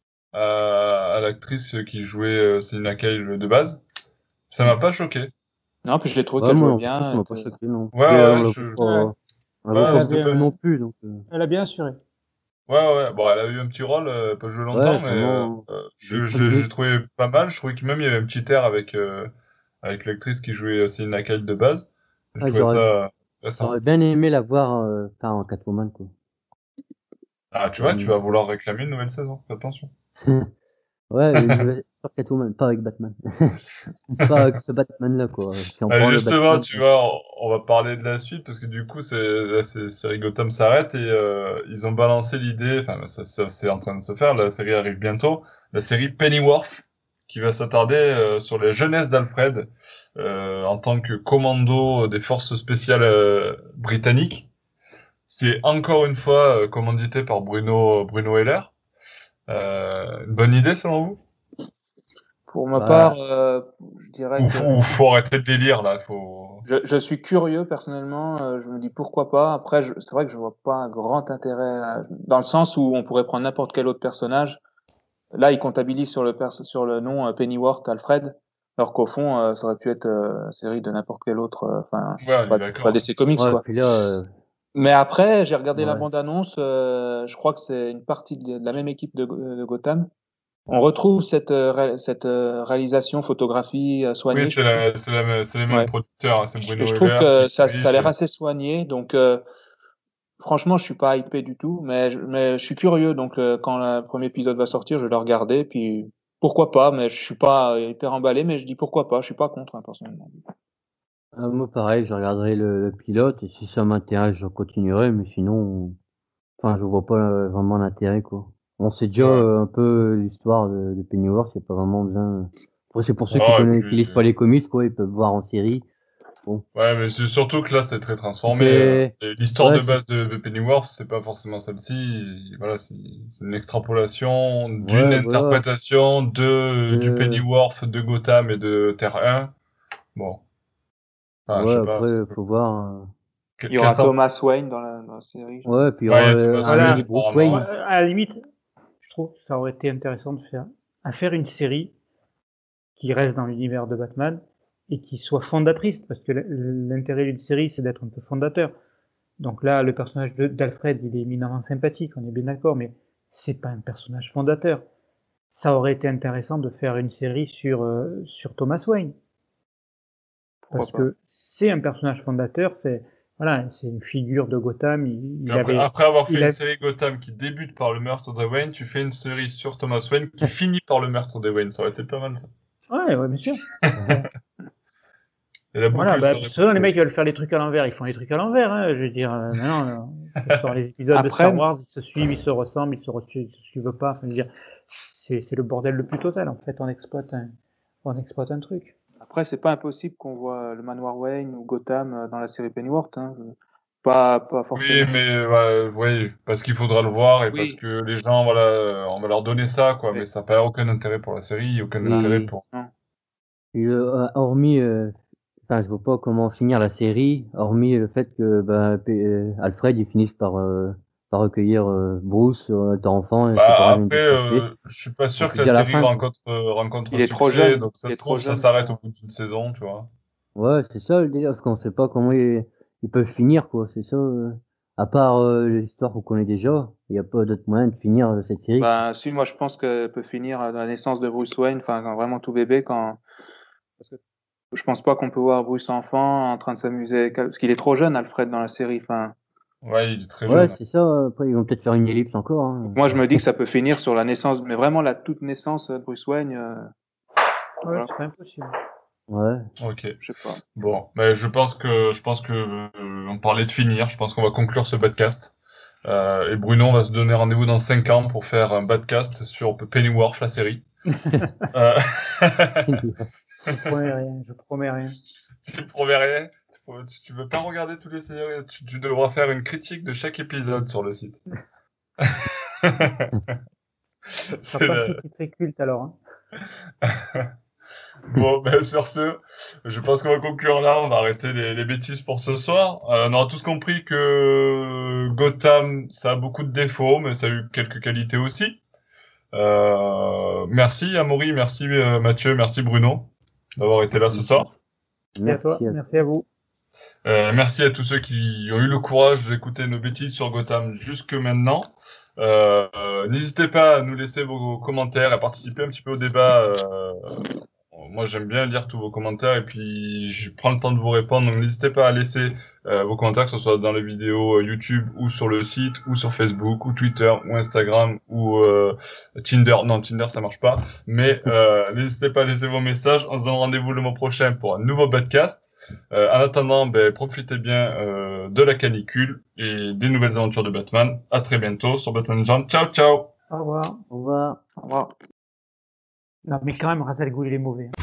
à, à l'actrice qui jouait euh, Selina Kyle de base. Ça m'a pas choqué. Non, puis je l'ai trouvé ouais, qu'elle moi jouait non plus, ça bien. m'a elle pas était- choqué, non. Ouais, Puis, euh, on ouais, la je, voit Ouais. pas, on la voit ouais, pas Elle c'était avait, beaucoup pas, non euh, plus, donc... euh, elle a bien assuré. Ouais, ouais, ouais. Bon, elle a eu un petit rôle, euh, pas joué Ouais, longtemps, mais euh, vraiment, euh, les je, cinq je, j'ai minutes. trouvé pas mal. Je trouvais que même il y avait un petit air avec, euh, avec l'actrice qui jouait aussi Naked de base. Je Ah, trouvais j'aurais, ça intéressant. j'aurais bien aimé la voir, euh, enfin, en Catwoman, quoi. Ah, tu vois, tu Euh, vas vouloir réclamer une nouvelle saison. Fais attention. Ouais, une nouvelle sur Catwoman, pas avec Batman. Pas avec ce Batman-là, quoi. Si on Bah, prend le justement, Batman, tu vois, on, on va parler de la suite parce que du coup, c'est la sé- série Gotham s'arrête et euh, ils ont balancé l'idée, enfin, ça, ça- c'est en train de se faire, la série arrive bientôt, la série Pennyworth qui va s'attarder euh, sur la jeunesse d'Alfred euh, en tant que commando des forces spéciales euh, britanniques. C'est encore une fois euh, commandité par Bruno Bruno Heller. Euh, une bonne idée selon vous? Pour ma part, bah, euh, je dirais Ou que faut, ou faut arrêter le délire là, faut. je, je suis curieux personnellement. Euh, je me dis pourquoi pas. Après, je- c'est vrai que je vois pas un grand intérêt à- dans le sens où on pourrait prendre n'importe quel autre personnage. Là, ils comptabilisent sur le perso- sur le nom euh, Pennyworth Alfred, alors qu'au fond, euh, ça aurait pu être euh, une série de n'importe quel autre. euh, Enfin, Ouais, on est pas, pas d'accord. D C Comics ouais, quoi. puis là, euh, Mais après, j'ai regardé la ouais. bande-annonce. Euh, je crois que c'est une partie de, de la même équipe de, de Gotham. On retrouve cette, euh, ré- cette euh, réalisation, photographie euh, Oui, soignée, je c'est trouve. la, c'est la, c'est les mêmes Ouais. producteurs, hein, c'est Et Bruno je trouve Heller qui que ça, ça a dirige. l'air et- assez soigné. Donc, euh, franchement, je suis pas hypé du tout, mais je, mais je suis curieux. Donc, euh, quand le premier épisode va sortir, je vais le regarder. Puis, pourquoi pas, mais je suis pas euh, hyper emballé, mais je dis pourquoi pas. Je suis pas contre, hein, personnellement. Ah, moi, pareil, je regarderai le, le pilote, et si ça m'intéresse, je continuerai, mais sinon, enfin, je vois pas euh, vraiment l'intérêt, quoi. On sait déjà Ouais. euh, un peu l'histoire de, de Pennyworth, c'est pas vraiment besoin. Après, c'est pour ceux qui Ouais, et connaissent, qui puis, lisent pas les comics, quoi, ils peuvent voir en série. Bon. ouais, mais c'est surtout que là, c'est très transformé. euh, C'est, et L'histoire de ouais, c'est, base de, de Pennyworth, c'est pas forcément celle-ci. et Voilà, c'est c'est une extrapolation d'une ouais, voilà. interprétation de du De, Pennyworth de Gotham et de Terre un. Bon, enfin, je ouais, sais pas. après, faut voir. euh, Que- Il y aura Quel temps? Thomas Wayne dans la, dans la série, je crois. Ouais, puis il y Ouais, il aura y a euh, Thomas un Wayne mini Voilà. Bruce apparemment. Moi, Wayne. à la limite, je trouve que ça aurait été intéressant de faire, à faire une série qui reste dans l'univers de Batman et qui soit fondatrice, parce que l'intérêt d'une série, c'est d'être un peu fondateur. Donc là, le personnage de- d'Alfred, il est éminemment sympathique, on est bien d'accord, mais c'est pas un personnage fondateur. Ça aurait été intéressant de faire une série sur, euh, sur Thomas Wayne, Pourquoi parce pas. que c'est un personnage fondateur, c'est voilà, c'est une figure de Gotham. Il, Puis il Après, avait, après avoir fait il une a, série Gotham qui débute par le meurtre de Wayne, tu fais une série sur Thomas Wayne qui finit par le meurtre de Wayne. Ça aurait été pas mal, ça. ouais, ouais, bien sûr. Et la Voilà, boucle bah, serait souvent les bouclée. mecs veulent faire les trucs à l'envers, ils font les trucs à l'envers, hein. Je veux dire, euh, maintenant, euh, que ce soit les épisodes de Après, Star Wars, ils se suivent, ils se ressemblent, ils se, re- ils se suivent pas. Enfin, je veux dire, c'est, c'est le bordel le plus total. En fait, on exploite un, on exploite un truc. après, c'est pas impossible qu'on voit le manoir Wayne ou Gotham euh, dans la série Pennyworth. Hein. Je- Pas, pas Oui, forcément. mais ouais, oui, parce qu'il faudra le voir et parce Oui, que les gens, voilà, euh, on va leur donner ça, quoi. Mais mais ça n'a pas aucun intérêt pour la série, aucun ah, intérêt Et, pour. non. et, euh, hormis, euh, enfin, je vois pas comment finir la série, hormis le fait que bah, P- euh, Alfred il finisse par, euh, par recueillir euh, Bruce, euh, étant enfant, et ses Bah parents viennent après, de le chercher. euh, je suis pas Bon, sûr c'est que la déjà la série fin, quoi. rencontre euh, rencontre Il est trop succès, jeune. donc ça Il se est trop trouve, ça jeune s'arrête au pour. bout d'une saison, tu vois. Ouais, c'est ça le délire, parce qu'on sait pas comment ils, ils peuvent finir, quoi. C'est ça. euh, À part euh, l'histoire qu'on connaît déjà, il n'y a pas d'autre moyen de finir euh, cette série, quoi. Bah, si, moi, je pense qu'elle peut finir à la naissance de Bruce Wayne, enfin, quand vraiment tout bébé, quand. Parce que je pense pas qu'on peut voir Bruce enfant en train de s'amuser avec elle, parce qu'il est trop jeune, Alfred, dans la série. Enfin, Ouais, il est très Ouais, jeune. c'est ça. euh, Après, ils vont peut-être faire une ellipse encore. donc Hein. moi, je me dis que ça peut finir sur la naissance, mais vraiment la toute naissance de Bruce Wayne. Euh, Ouais, voilà, c'est pas impossible. Ouais. Ok. je sais pas. Bon, mais je pense que je pense que euh, on parlait de finir. Je pense qu'on va conclure ce podcast. Euh, et Bruno, on va se donner rendez-vous dans cinq ans pour faire un podcast sur Pennyworth, la série. Euh... Je promets rien, je promets rien. Tu promets rien. Tu, tu veux pas regarder tous les séries. Tu, tu devras faire une critique de chaque épisode sur le site. Ce sera C'est pas la- sous-titré culte alors, hein. Bon, ben sur ce, je pense qu'on va conclure là. On va arrêter les, les bêtises pour ce soir. Euh, on aura tous compris que Gotham, ça a beaucoup de défauts, mais ça a eu quelques qualités aussi. Euh, merci Amaury, merci euh, Mathieu, merci Bruno d'avoir été là ce soir. Merci à toi, Merci à merci à vous. Euh, merci à tous ceux qui ont eu le courage d'écouter nos bêtises sur Gotham jusque maintenant. Euh, euh, n'hésitez pas à nous laisser vos commentaires, à participer un petit peu au débat. Euh, moi, j'aime bien lire tous vos commentaires et puis je prends le temps de vous répondre. Donc, n'hésitez pas à laisser euh, vos commentaires, que ce soit dans les vidéos euh, YouTube ou sur le site ou sur Facebook ou Twitter ou Instagram ou euh, Tinder. Non, Tinder, ça marche pas. Mais euh, n'hésitez pas à laisser vos messages. On se donne rendez-vous le mois prochain pour un nouveau podcast. Euh, en attendant, ben, profitez bien euh, de la canicule et des nouvelles aventures de Batman. À très bientôt sur Batman Zone. Ciao, ciao. Au revoir. Au revoir. Au revoir. Non, mais quand même, Ra's al Ghul, il est mauvais.